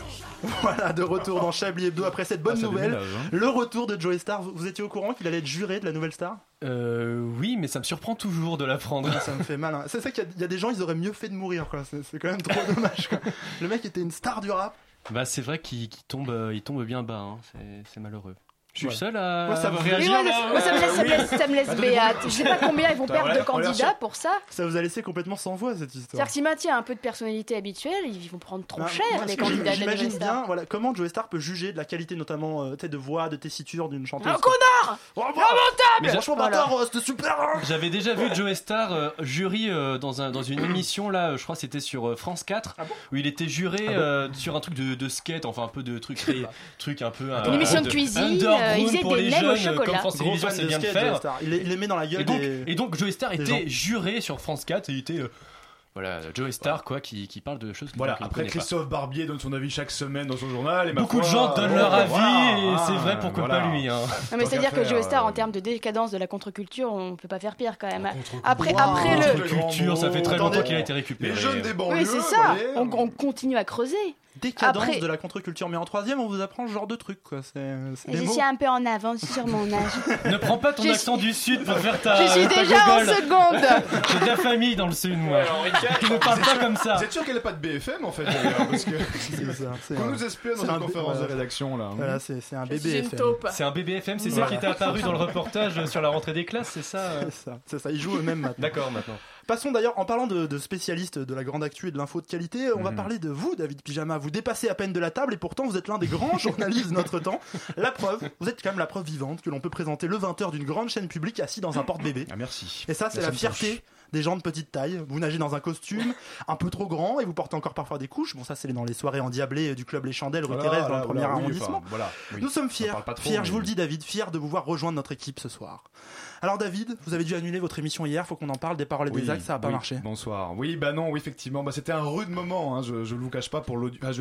Voilà, de retour dans Chablis Hebdo après cette bonne nouvelle. Déménage, hein. Le retour de Joey Star. Vous étiez au courant qu'il allait être juré de la nouvelle star? Oui, mais ça me surprend toujours de l'apprendre. Ça me fait mal. Hein. C'est ça qu'il y a des gens, ils auraient mieux fait de mourir. Quoi. C'est quand même trop dommage. Quoi. Le mec était une star du rap. Bah c'est vrai qu'il tombe bien bas. Hein. C'est malheureux. Je suis Ouais. seul à Moi, ça me réagir. Moi, ça me laisse béate. Je sais pas combien ils vont perdre de candidats pour ça. Ça vous a laissé complètement sans voix cette histoire. C'est-à-dire que s'ils maintiennent un peu de personnalité habituelle, ils vont prendre trop Moi, cher moi, les ce que candidats de la j'imagine Nouvelle Star. bien, voilà, comment Joey Star peut juger de la qualité notamment de voix, de tessiture d'une chanteuse. Un connard Mais franchement, bâtard, c'était super. Hein. J'avais déjà vu Joey Star jury dans une émission là, je crois que c'était sur France 4, où il était juré sur un truc de skate, enfin un peu de truc un peu Une émission de cuisine, il faisait pour des les nems au jeunes, chocolat. comme France Télévisions c'est bien de faire. Il les met dans la gueule. Et donc Joey Star des était gens. juré sur France 4 et il était voilà, Joey Star quoi qui parle de choses Voilà, qu'il ne après connaît pas. Christophe Barbier donne son avis chaque semaine dans son journal. Et Beaucoup de gens donnent leur avis et c'est vrai pourquoi voilà. pas lui. Hein. Non mais c'est-à-dire que Joey Star en termes de décadence de la contre-culture, on peut pas faire pire quand même. Après le Culture, ça fait très longtemps qu'il a été récupéré. Les jeunes des banlieues. oui c'est ça, voyez, on continue à creuser. Décadence Après- de la contre-culture, mais en troisième on vous apprend ce genre de trucs quoi. C'est des Je mots. suis un peu en avance sur mon âge. Ne prends pas ton Je accent du sud pour faire ta. Je suis ta déjà en gogole. seconde. J'ai de la famille dans le sud, moi. Qui ne parle pas comme ça. Vous êtes sûr qu'elle n'est pas de BFM en fait d'ailleurs, parce que C'est ça, c'est qu'on un- nous espionne dans c'est une un- conférence de voilà. rédaction là. Voilà, c'est un Je suis bébé une FM. taupe. C'est un BBFM, c'est ça qui était apparu dans le reportage sur la rentrée des classes, c'est ça C'est ça, ils jouent eux-mêmes maintenant. D'accord, maintenant. Passons d'ailleurs, en parlant de spécialistes de la grande actu et de l'info de qualité, on va parler de vous, David Pyjama. Vous dépassez à peine de la table et pourtant vous êtes l'un des grands journalistes de notre temps. La preuve, vous êtes quand même la preuve vivante que l'on peut présenter le 20h d'une grande chaîne publique assis dans un porte-bébé. Ah merci. Et ça, c'est la fierté des gens de petite taille. Vous nagez dans un costume un peu trop grand et vous portez encore parfois des couches. Bon, ça, c'est dans les soirées endiablées du club Les Chandelles, rue Thérèse, dans le premier arrondissement. Nous sommes fiers, je vous le dis, David, fiers de vous voir rejoindre notre équipe ce soir. Alors, David, vous avez dû annuler votre émission hier, faut qu'on en parle, des paroles et des actes, ça n'a pas marché. Bonsoir. Oui, bah non, oui, effectivement, c'était un rude moment, hein, je ne vous cache pas, pour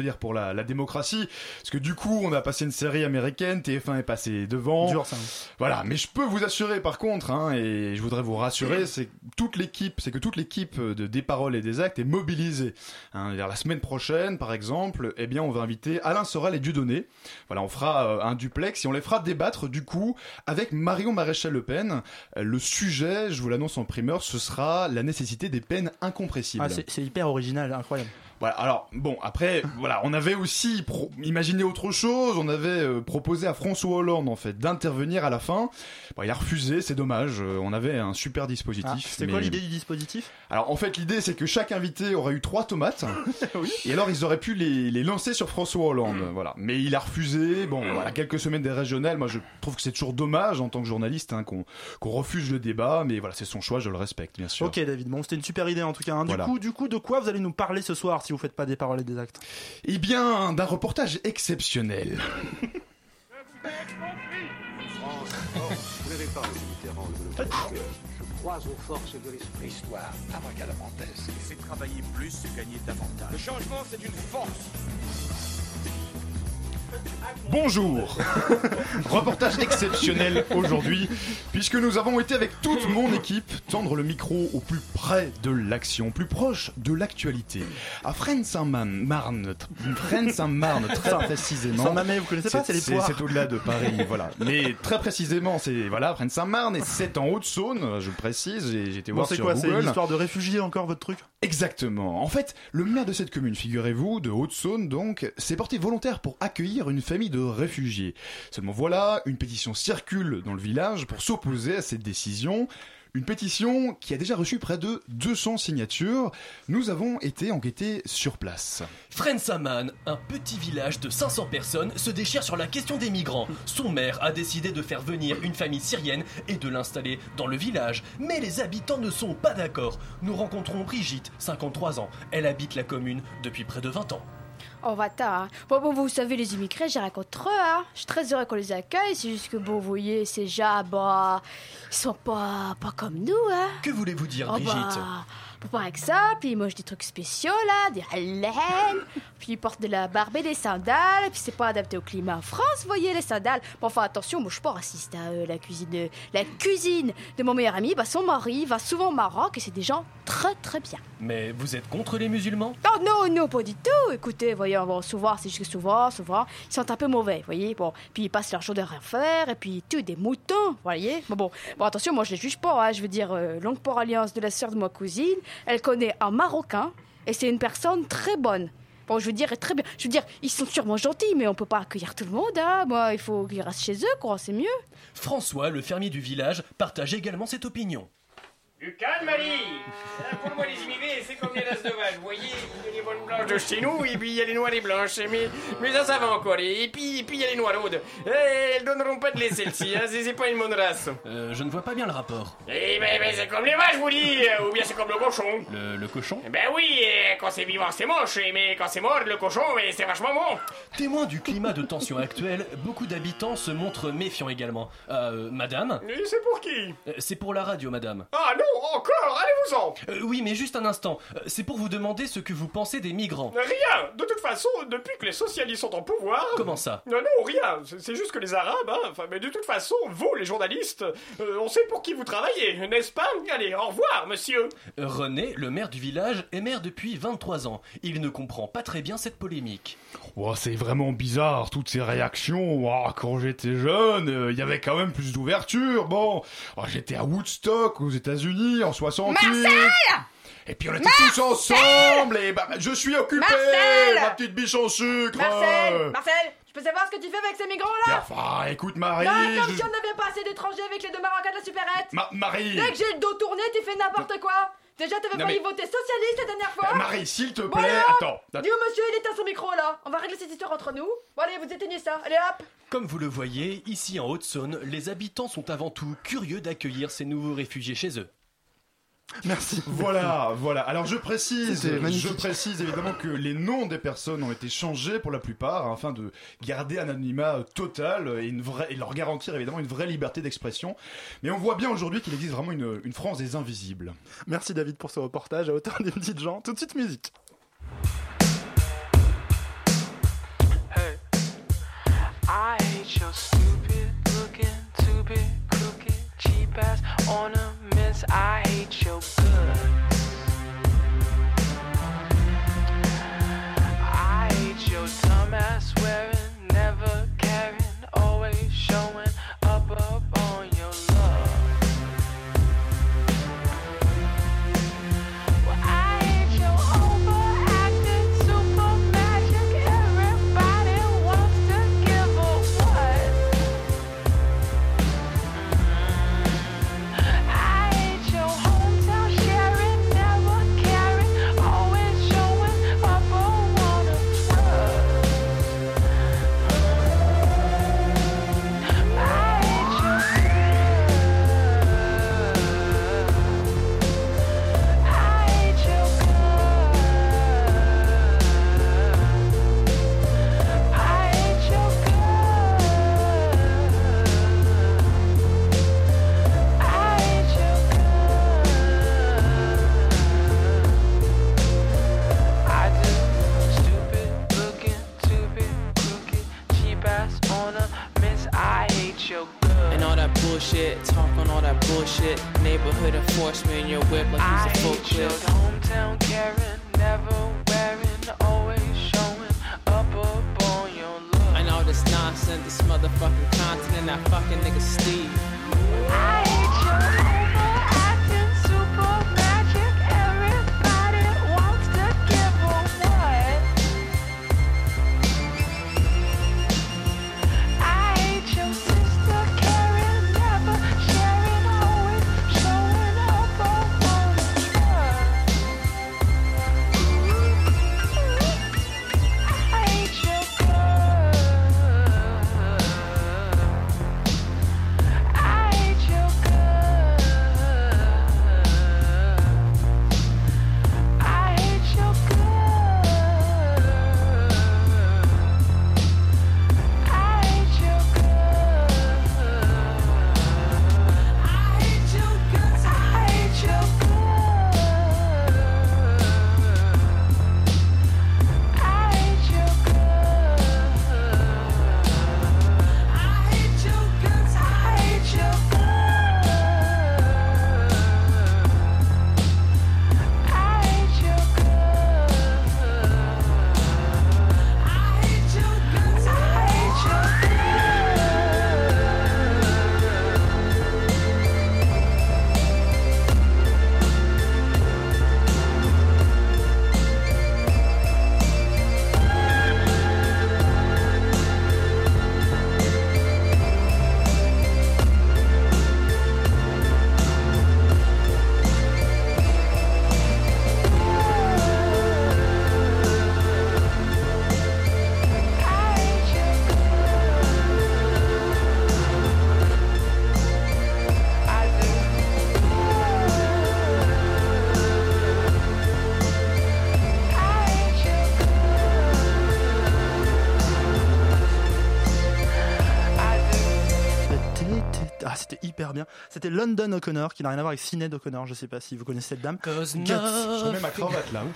la démocratie, parce que du coup, on a passé une série américaine, TF1 est passé devant. Dur, ça. Voilà, mais je peux vous assurer par contre, hein, et je voudrais vous rassurer, c'est que toute l'équipe des paroles et des actes est mobilisée. Hein, la semaine prochaine, par exemple, eh bien, on va inviter Alain Soral et Dieudonné. Voilà, on fera un duplex et on les fera débattre du coup avec Marion Maréchal-Le Pen. Le sujet, je vous l'annonce en primeur, ce sera la nécessité des peines incompressibles. Ah, c'est hyper original, incroyable. Voilà, alors bon, après, voilà, on avait aussi imaginé autre chose, on avait proposé à François Hollande en fait d'intervenir à la fin. Bon, il a refusé, c'est dommage, on avait un super dispositif. C'est quoi l'idée du dispositif? Alors en fait, l'idée c'est que chaque invité aurait eu 3 tomates, oui. Et alors ils auraient pu les lancer sur François Hollande, voilà. Mais il a refusé, bon, voilà, quelques semaines des régionales, moi je trouve que c'est toujours dommage en tant que journaliste hein, qu'on refuse le débat, mais voilà, c'est son choix, je le respecte, bien sûr. Ok David, bon c'était une super idée en tout cas. Hein. Voilà. Du coup, de quoi vous allez nous parler ce soir si vous faites pas des paroles et des actes? Eh bien, d'un reportage exceptionnel. Vous n'avez pas reçu Mitterrand, je crois aux forces de l'esprit. L'histoire, abracadabrantesque. C'est travailler plus, c'est gagner davantage. Le changement, c'est une force. Bonjour. Reportage exceptionnel aujourd'hui, puisque nous avons été avec toute mon équipe tendre le micro au plus près de l'action, plus proche de l'actualité. À Fresnes-Saint-Marne, très précisément. Saint-Mamais, vous connaissez pas, c'est les poires. C'est au-delà de Paris, voilà. Mais très précisément, c'est voilà, Fresnes-Saint-Marne, et c'est en Haute-Saône, je le précise, j'ai été voir sur Google. C'est quoi, c'est l'histoire de réfugiés encore votre truc? Exactement. En fait, le maire de cette commune, figurez-vous, de Haute-Saône donc, s'est porté volontaire pour accueillir une famille de réfugiés. Seulement voilà, une pétition circule dans le village pour s'opposer à cette décision. Une pétition qui a déjà reçu près de 200 signatures. Nous avons été enquêtés sur place. Fresnes-Saint-Marne, un petit village de 500 personnes, se déchire sur la question des migrants. Son maire a décidé de faire venir une famille syrienne et de l'installer dans le village. Mais les habitants ne sont pas d'accord. Nous rencontrons Brigitte, 53 ans. Elle habite la commune depuis près de 20 ans. Oh, va-t'en, hein. Bon, vous savez, les immigrés, j'y raconte trop, hein. Je suis très heureux qu'on les accueille, c'est juste que, bon, vous voyez, ces gens, bah, ils sont pas comme nous, hein. Que voulez-vous dire, Oh, Brigitte? pas avec ça, puis ils mangent des trucs spéciaux là, des haleines, puis ils portent de la barbe et des sandales, puis c'est pas adapté au climat en France, vous voyez, les sandales. Bon, enfin attention, moi je suis pas raciste, la cuisine de mon meilleur ami, son mari va souvent au Maroc et c'est des gens très très bien. Mais vous êtes contre les musulmans? Oh non, pas du tout. Écoutez, voyez, souvent, c'est juste que souvent, ils sont un peu mauvais, voyez. Bon, puis ils passent leur jour de rien faire, et puis ils tuent des moutons, voyez. Bon, attention, moi je les juge pas, je veux dire, longue pour alliance de la sœur de ma cousine, elle connaît un Marocain, et c'est une personne très bonne. Bon, je veux dire, très bien. Je veux dire, ils sont sûrement gentils, mais on peut pas accueillir tout le monde, Moi, il faut qu'ils restent chez eux, quoi, c'est mieux. François, le fermier du village, partage également cette opinion. Du calme, Marie. Pour moi, les immigrés, c'est comme les races de vaches. Vous voyez, il y a les bonnes blanches de chez nous, et puis il y a les noires et blanches. Mais ça va encore. Et puis il y a les noiraudes. Elles donneront pas de lait, celles-ci. C'est pas une bonne race. Je ne vois pas bien le rapport. Eh ben, c'est comme les vaches, je vous dis. Ou bien c'est comme le cochon. Le cochon? Ben oui, quand c'est vivant, c'est moche. Mais quand c'est mort, le cochon, c'est vachement bon. Témoin du climat de tension actuel, beaucoup d'habitants se montrent méfiants également. Madame? Et c'est pour qui? C'est pour la radio, madame. Ah non, encore, allez-vous-en. Oui, mais juste un instant. C'est pour vous demander ce que vous pensez des migrants. Rien. De toute façon, depuis que les socialistes sont en pouvoir... Comment ça? Non, rien. C'est juste que les Arabes, mais de toute façon, vous, les journalistes, on sait pour qui vous travaillez, n'est-ce pas? Allez, au revoir, monsieur. René, le maire du village, est maire depuis 23 ans. Il ne comprend pas très bien cette polémique. Oh, c'est vraiment bizarre, toutes ces réactions. Oh, quand j'étais jeune, il y avait quand même plus d'ouverture. Bon, j'étais à Woodstock, aux États-Unis, en 68. Marcel! Et puis on était tous ensemble, et je suis occupé, ma petite biche en sucre. Marcel, je peux savoir ce que tu fais avec ces migrants-là? Enfin, écoute Marie... Non, comme si on n'avait pas assez d'étrangers avec les deux Marocains de la supérette. Marie... Dès que j'ai le dos tourné, tu fais n'importe quoi. Déjà, t'avais failli voter socialiste la dernière fois. Marie, s'il te plaît, attends. Dis au monsieur, il éteint son micro là. On va régler cette histoire entre nous. Bon allez, vous éteignez ça. Allez hop. Comme vous le voyez, ici en Haute-Saône, les habitants sont avant tout curieux d'accueillir ces nouveaux réfugiés chez eux. Merci. Voilà. Alors je précise évidemment que les noms des personnes ont été changés pour la plupart afin de garder un anonymat total et leur garantir évidemment une vraie liberté d'expression. Mais on voit bien aujourd'hui qu'il existe vraiment une France des invisibles. Merci David pour ce reportage à hauteur des petites gens. Tout de suite musique. Hey, I hate your stupid looking, stupid crooked, cheap ass ornaments. I hate your guts. I hate your dumb ass wearing, never caring, always showing up on your love. Well, I hate your overacted super magic. Everybody wants to give a what? I hate your hometown sharing, never caring, always showing up on one of trust. I hate your I hate your I hate your I hate your I do. Stupid looking, stupid crooked, cheap ass ornaments. I hate your good. And all that bullshit, talk on all that bullshit. Neighborhood enforcement in your whip like I he's a full hate your clip. hometown caring, never wearing, always showing up on your look. And all this nonsense, this motherfucking continent, that fucking nigga Steve. I hate your overacting super magic. Everybody wants to give a what? I hate your sister caring, never sharing, always showing up on trust. I hate your good. I hate your good. c'était hyper bien. C'était London O'Connor, qui n'a rien à voir avec Sinéad O'Connor. Je sais pas si vous connaissez cette dame. Je remets ma cravate là.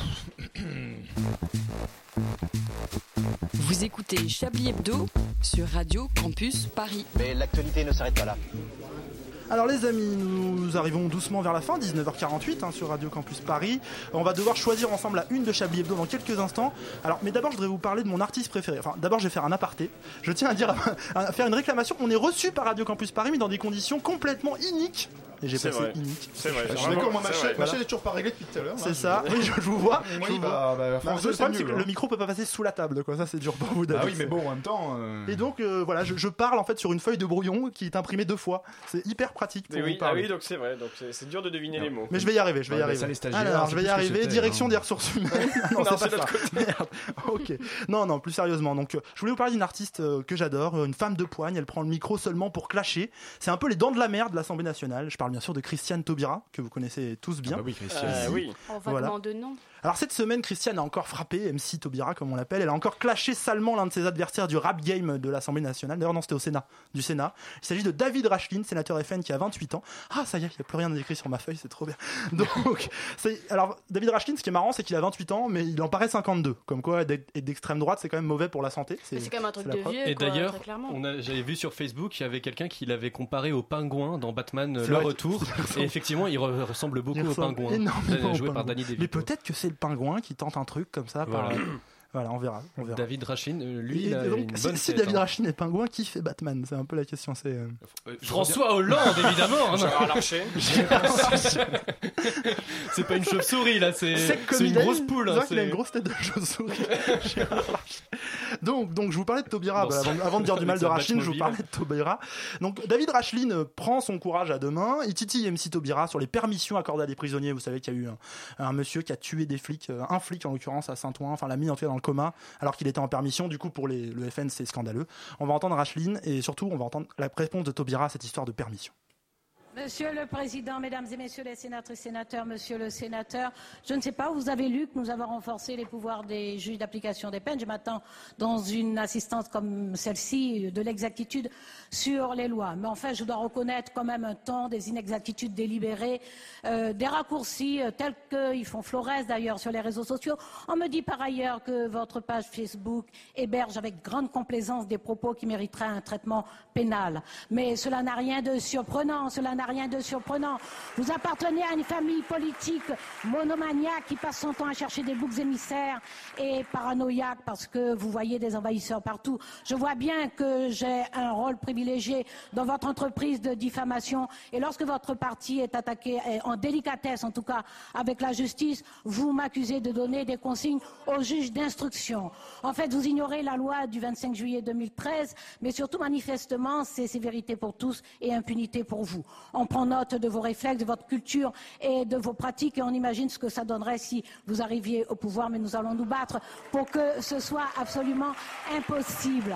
Vous écoutez Chablis Hebdo sur Radio Campus Paris. Mais l'actualité ne s'arrête pas là. Alors les amis, nous arrivons doucement vers la fin, 19h48 sur Radio Campus Paris. On va devoir choisir ensemble la une de Chablis Hebdo dans quelques instants. Alors, mais d'abord je voudrais vous parler de mon artiste préféré. Enfin, d'abord je vais faire un aparté. Je tiens à faire une réclamation. On est reçu par Radio Campus Paris, mais dans des conditions complètement iniques. Et j'ai passé unique. C'est vrai. Je suis d'accord, moi, ma chaîne est toujours pas réglée depuis tout à l'heure. C'est ça, oui, je vous vois. Le problème, c'est que le micro peut pas passer sous la table, quoi. Ça, c'est dur pour vous Ah oui, mais bon, en même temps. Et donc, voilà, je parle en fait sur une feuille de brouillon qui est imprimée 2 fois. C'est hyper pratique pour vous parler. Ah oui, donc c'est vrai. Donc c'est dur de deviner les mots. Mais je vais y arriver, Alors, je vais y arriver. Direction des ressources humaines. Non, c'est pas ça. Merde. Ok. Non, plus sérieusement. Donc, je voulais vous parler d'une artiste que j'adore, une femme de poigne. Elle prend le micro seulement pour clasher. C'est un peu les dents de la mer de l'Assemblée nationale. Je parle bien sûr de Christiane Taubira, que vous connaissez tous bien. Ah bah oui, Christiane. Oui. Vaguement de nom. Alors cette semaine, Christiane a encore frappé, MC Taubira comme on l'appelle, elle a encore clashé salement l'un de ses adversaires du rap game de l'Assemblée nationale. D'ailleurs non, c'était du Sénat. Il s'agit de David Rachlin, sénateur FN qui a 28 ans. Ah ça y est, il n'y a plus rien écrit sur ma feuille, c'est trop bien. Donc, alors David Rachlin, ce qui est marrant, c'est qu'il a 28 ans, mais il en paraît 52. Comme quoi, être d'extrême droite, c'est quand même mauvais pour la santé. C'est quand même un truc de vieux. Et quoi, d'ailleurs, très j'avais vu sur Facebook, il y avait quelqu'un qui l'avait comparé au pingouin dans Batman Le Retour. Et effectivement, il ressemble beaucoup au pingouin. Joué par Danny DeVito. Mais peut-être que c'est le pingouin qui tente un truc comme ça. Voilà, on verra. David Rachlin, lui, il a une bonne tête. Si David Rachlin est pingouin, qui fait Batman? C'est un peu la question. François Hollande, évidemment. Gérard Larcher. C'est pas une chauve-souris là, c'est une grosse poule. Il a une grosse tête de chauve-souris. Donc, je vous parlais de Taubira. Avant de dire du mal de Rachlin, je vous parlais de Taubira. Donc, David Rachlin prend son courage à deux mains. Il titille MC Taubira sur les permissions accordées à des prisonniers. Vous savez qu'il y a eu un monsieur qui a tué des flics, un flic en l'occurrence à Saint-Ouen, enfin l'a mis en tout cas dans le coma alors qu'il était en permission. Du coup, pour le FN, c'est scandaleux. On va entendre Rachlin et surtout, on va entendre la réponse de Taubira à cette histoire de permission. Monsieur le Président, Mesdames et Messieurs les sénatrices et sénateurs, Monsieur le Sénateur, je ne sais pas, vous avez lu que nous avons renforcé les pouvoirs des juges d'application des peines. Je m'attends dans une assistance comme celle-ci de l'exactitude sur les lois. Mais enfin, je dois reconnaître quand même un temps des inexactitudes délibérées, des raccourcis tels qu'ils font florès d'ailleurs sur les réseaux sociaux. On me dit par ailleurs que votre page Facebook héberge avec grande complaisance des propos qui mériteraient un traitement pénal. Mais cela n'a rien de surprenant, Vous appartenez à une famille politique monomaniaque qui passe son temps à chercher des boucs émissaires et paranoïaque parce que vous voyez des envahisseurs partout. Je vois bien que j'ai un rôle privilégié dans votre entreprise de diffamation et lorsque votre parti est attaqué en délicatesse, en tout cas avec la justice, vous m'accusez de donner des consignes aux juges d'instruction. En fait, vous ignorez la loi du 25 juillet 2013, mais surtout manifestement, c'est sévérité pour tous et impunité pour vous. On prend note de vos réflexes, de votre culture et de vos pratiques et on imagine ce que ça donnerait si vous arriviez au pouvoir, mais nous allons nous battre pour que ce soit absolument impossible.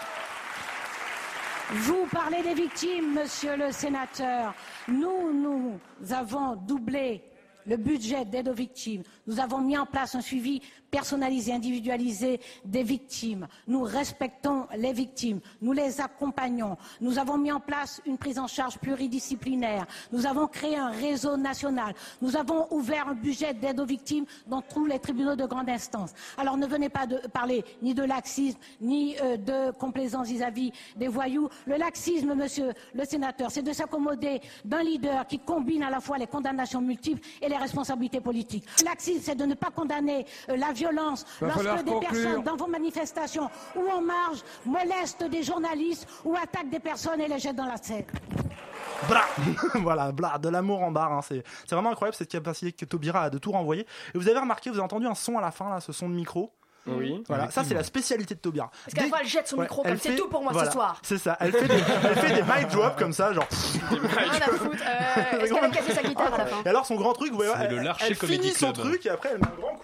Vous parlez des victimes, monsieur le sénateur. Nous avons doublé le budget d'aide aux victimes. Nous avons mis en place un suivi personnalisé, individualisé des victimes. Nous respectons les victimes. Nous les accompagnons. Nous avons mis en place une prise en charge pluridisciplinaire. Nous avons créé un réseau national. Nous avons ouvert un budget d'aide aux victimes dans tous les tribunaux de grande instance. Alors ne venez pas parler ni de laxisme, ni de complaisance vis-à-vis des voyous. Le laxisme, monsieur le sénateur, c'est de s'accommoder d'un leader qui combine à la fois les condamnations multiples et les responsabilités politiques. Le laxisme, c'est de ne pas condamner la violence lorsque des personnes dans vos manifestations ou en marge molestent des journalistes ou attaquent des personnes et les jettent dans la Seine. Voilà, de l'amour en barre. C'est vraiment incroyable cette capacité que Taubira a de tout renvoyer. Et vous avez remarqué, vous avez entendu un son à la fin, là, ce son de micro. Oui. Voilà, ça c'est la spécialité de Taubira. Parce qu'à la fois elle jette son micro comme c'est tout pour moi ce soir. C'est ça, elle fait des mic drops comme ça, genre. Rien à foutre. Est-ce qu'elle a cassé sa guitare à la fin? Et alors son grand truc, vous voyez, le Larcher elle Comedy finit son Club. truc et après elle met un grand coup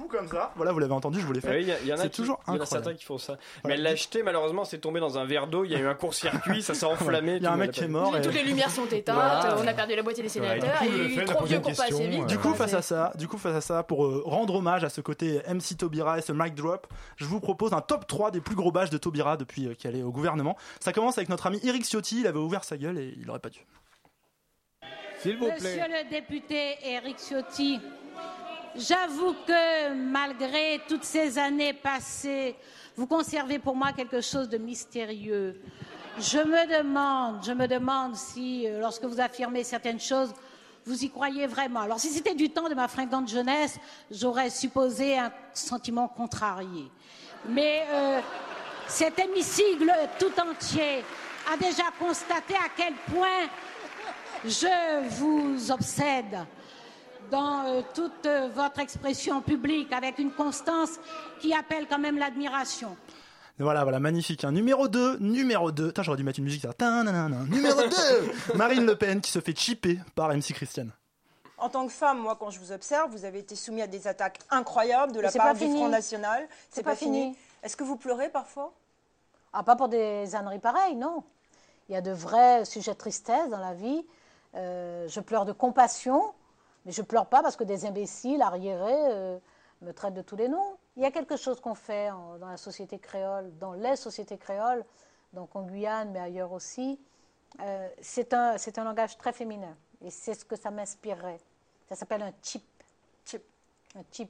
coup comme ça. Voilà, vous l'avez entendu, je vous l'ai fait. Oui, il y en a c'est toujours il y en a incroyable. certains qui font ça. Voilà. Mais elle l'a acheté, malheureusement, c'est tombé dans un verre d'eau. Il y a eu un court-circuit, ça s'est enflammé. Il y a un mec qui est mort. Toutes les lumières sont éteintes, Voilà. on a perdu la moitié des sénateurs, du coup, et le il fait est de trop poser vieux une pour passer question, vite. Du coup, face à ça, pour rendre hommage à ce côté MC Taubira et ce mic drop, je vous propose un top 3 des plus gros bâches de Taubira depuis qu'elle est au gouvernement. Ça commence avec notre ami Éric Ciotti, il avait ouvert sa gueule et il aurait pas dû. S'il vous plaît. Monsieur le député Éric Ciotti, j'avoue que malgré toutes ces années passées, vous conservez pour moi quelque chose de mystérieux. Je me demande si, lorsque vous affirmez certaines choses, vous y croyez vraiment. Alors si c'était du temps de ma fringante jeunesse, j'aurais supposé un sentiment contrarié. Mais cet hémicycle tout entier a déjà constaté à quel point je vous obsède dans toute votre expression publique avec une constance qui appelle quand même l'admiration. Voilà, magnifique. Hein. Numéro 2. Putain, j'aurais dû mettre une musique, ça. Numéro 2. Marine Le Pen qui se fait chipper par MC Christiane. En tant que femme, moi, quand je vous observe, vous avez été soumis à des attaques incroyables de la part du Front National. C'est pas fini. Est-ce que vous pleurez parfois? Ah, pas pour des âneries pareilles, non. Il y a de vrais sujets de tristesse dans la vie. Je pleure de compassion, mais je pleure pas parce que des imbéciles arriérés me traitent de tous les noms. Il y a quelque chose qu'on fait dans la société créole, dans les sociétés créoles, donc en Guyane, mais ailleurs aussi. C'est un langage très féminin. Et c'est ce que ça m'inspirerait. Ça s'appelle un chip. Un chip.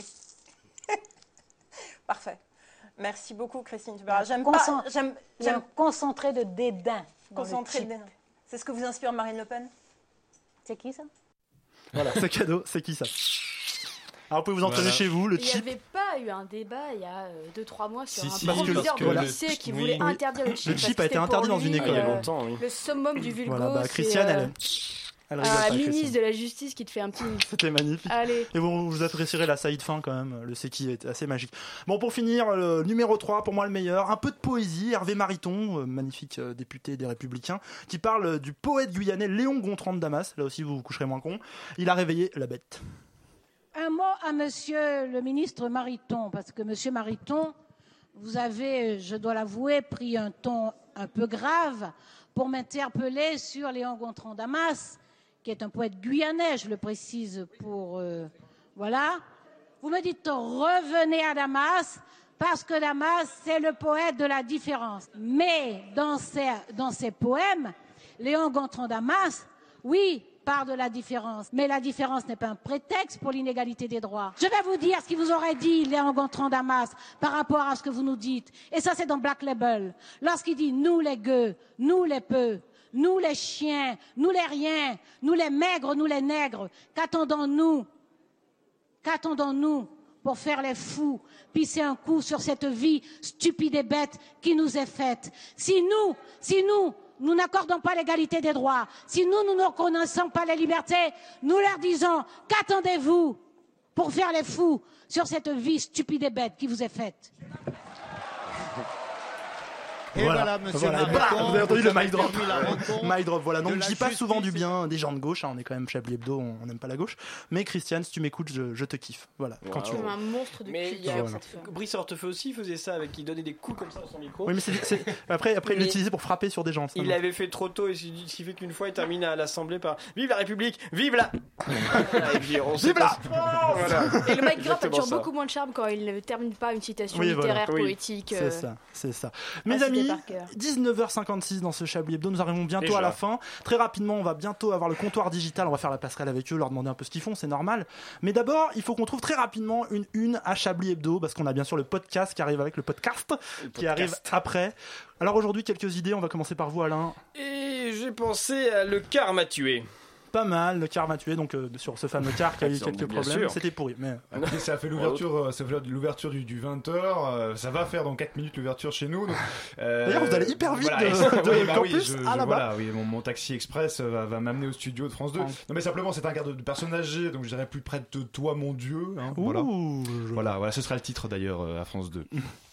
Parfait. Merci beaucoup, Christine Taubira. J'aime concentré de dédain. Concentré de dédain. C'est ce que vous inspire Marine Le Pen? C'est qui ça? Voilà, c'est cadeau. C'est qui ça? Alors vous pouvez vous entraîner chez vous, le chip. Il n'y avait pas eu un débat il y a 2-3 mois sur Si, un parce proviseur que de le lycée qui voulait interdire le chip. Le chip a été interdit dans une école. Il y a longtemps, oui. Le summum du vulgo. Voilà, Christiane, elle rigole pas, ministre Christiane. de la Justice qui te fait un petit... C'était magnifique. Allez. Et vous apprécierez la saillie de fin quand même. Le c'est qui est assez magique. Bon, pour finir, le numéro 3, pour moi le meilleur. Un peu de poésie. Hervé Mariton, magnifique député des Républicains, qui parle du poète guyanais Léon Gontran de Damas. Là aussi, vous vous coucherez moins con. Il a réveillé la bête. Un mot à monsieur le ministre Mariton, parce que monsieur Mariton, vous avez, je dois l'avouer, pris un ton un peu grave pour m'interpeller sur Léon Gontran Damas, qui est un poète guyanais, je le précise pour... voilà. Vous me dites revenez à Damas, parce que Damas, c'est le poète de la différence. Mais dans ses poèmes, Léon Gontran Damas, oui, part de la différence. Mais la différence n'est pas un prétexte pour l'inégalité des droits. Je vais vous dire ce qu'il vous aurait dit, Léon Gontran Damas, par rapport à ce que vous nous dites. Et ça, c'est dans Black Label. Lorsqu'il dit « nous les gueux, nous les peu », nous les chiens, nous les riens, nous les maigres, nous les nègres, qu'attendons-nous? Qu'attendons-nous pour faire les fous, pisser un coup sur cette vie stupide et bête qui nous est faite? Si nous n'accordons pas l'égalité des droits, si nous ne reconnaissons pas les libertés, nous leur disons, qu'attendez-vous pour faire les fous sur cette vie stupide et bête qui vous est faite? Et voilà, monsieur Mariton, vous avez entendu le mic drop. termine la rencontre Mic drop, voilà. Donc de je la dis pas justice. souvent du bien des gens de gauche, hein, on est quand même Chablis Hebdo, on n'aime pas la gauche. Mais Christiane, si tu m'écoutes, je te kiffe. Voilà, quand tu veux. Un monstre de Mais culte. il y a Voilà. Brice Hortefeux aussi il faisait ça, avec il donnait des coups comme ça dans son micro. Oui, mais après il Mais- l'utilisait pour frapper sur des gens. ça, Il non. l'avait fait trop tôt, et ce qui fait qu'une fois il termine à l'Assemblée par Vive la République, vive la. Et puis, on sait Vive la pas- Voilà. Et le mic drop a Exactement toujours ça. beaucoup moins de charme quand il ne termine pas une citation Oui, voilà. littéraire, Oui. poétique. C'est ça. à Mes citer amis, par cœur. 19h56 dans ce Chablis Hebdo, nous arrivons bientôt Déjà. à la fin. Très rapidement, on va bientôt avoir le comptoir digital, on va faire la passerelle avec eux, leur demander un peu ce qu'ils font, c'est normal. Mais d'abord, il faut qu'on trouve très rapidement une à Chablis Hebdo, parce qu'on a bien sûr le podcast qui arrive avec le podcast, qui arrive après. Alors aujourd'hui, quelques idées, on va commencer par vous Alain. Et j'ai pensé à Le Car m'a tué. Pas mal, le car m'a tué, donc sur ce fameux car qui a eu Bien quelques problèmes, sûr. c'était pourri. Mais Après, ça fait l'ouverture du 20h, ça va faire dans 4 minutes l'ouverture chez nous. Donc, D'ailleurs, vous allez hyper vite voilà, de oui, bah campus oui, à là-bas. voilà, oui, mon taxi express va m'amener au studio de France 2. Ah. Non mais simplement c'est un car de personne âgée, donc je dirais plus près de toi mon Dieu. Hein, Ouh, voilà, ce sera le titre d'ailleurs à France 2.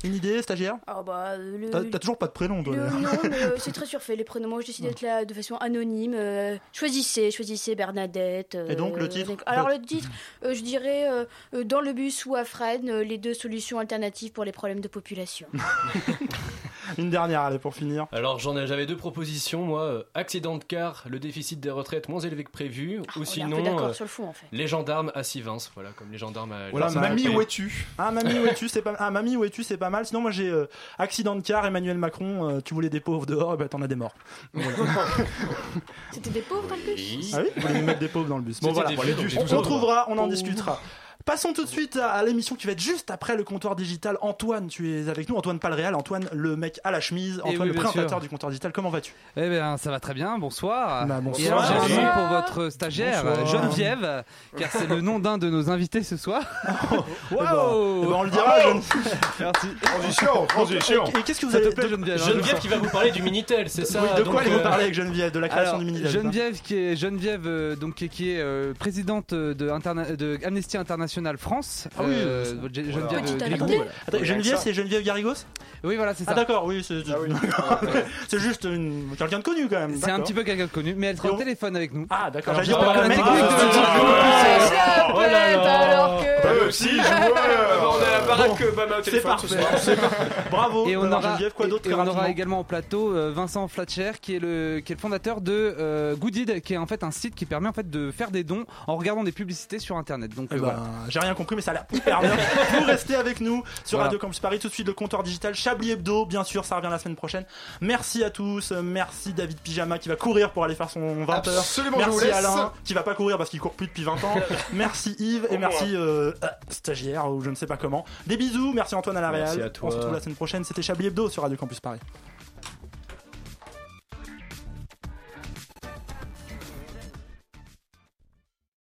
Une idée, stagiaire? Ah bah, T'as toujours pas de prénom, toi. Non, mais c'est très surfait, les prénoms. Moi, je décide d'être là de façon anonyme. Choisissez Bernadette. Et donc, le titre? Alors, le titre, je dirais dans le bus ou à Fresnes, les 2 solutions alternatives pour les problèmes de population. Une dernière, allez, pour finir. Alors, j'avais 2 propositions, moi. Accident de car, le déficit des retraites moins élevé que prévu. Ou sinon, on est un peu d'accord sur le fond, en fait. les gendarmes à Sivins. Voilà, comme les gendarmes à... Voilà, Mamie, où es-tu? Mamie, où es-tu, c'est pas... Mamie, où es-tu, c'est pas mal. Sinon, moi, j'ai accident de car, Emmanuel Macron, tu voulais des pauvres dehors, et ben t'en as des morts. Voilà. C'était des pauvres dans le bus? Ah oui, vous voulez nous mettre des pauvres dans le bus. Bon, voilà, on trouvera, on en discutera. Passons tout de suite à l'émission qui va être juste après le comptoir digital. Antoine, tu es avec nous. Antoine, pas le réel. Antoine, le mec à la chemise. Antoine, le présentateur du comptoir digital. Comment vas-tu? Eh bien, ça va très bien. Bonsoir. Bonsoir. Et j'ai un nom pour votre stagiaire, Geneviève, car c'est le nom d'un de nos invités ce soir. Wow. On le dira. Merci. Transition. Et qu'est-ce que vous Ça allez... te plaît, Geneviève? Geneviève qui va vous parler du Minitel, c'est ça? Oui, de quoi allez-vous parler avec Geneviève? De la création du Minitel? Geneviève qui est présidente de Amnesty International France. Ah oui, Geneviève, c'est Geneviève Garrigos? Oui, voilà, c'est ça. Ah d'accord, oui, c'est juste quelqu'un de connu quand même. C'est un petit peu quelqu'un de connu, mais elle sera au téléphone avec nous. Ah d'accord, j'allais dire pour la technique alors que... aussi, on a la baraque Obama au téléphone ce soir. Bravo. Et on aura, quoi d'autre? Et on aura également au plateau Vincent Flatcher qui est le fondateur de Goodid, qui est en fait un site qui permet en fait de faire des dons en regardant des publicités sur internet. Donc voilà. J'ai rien compris, mais ça a l'air hyper bien. Vous restez avec nous sur Radio Campus Paris. Tout de suite, le comptoir digital Chablis Hebdo, bien sûr, ça revient la semaine prochaine. Merci à tous. Merci David Pyjama qui va courir pour aller faire son 20h. Absolument. Merci Alain qui va pas courir parce qu'il court plus depuis 20 ans. Merci Yves et merci stagiaire ou je ne sais pas comment. Des bisous. Merci Antoine à la réal. Merci à toi. On se retrouve la semaine prochaine. C'était Chablis Hebdo sur Radio Campus Paris.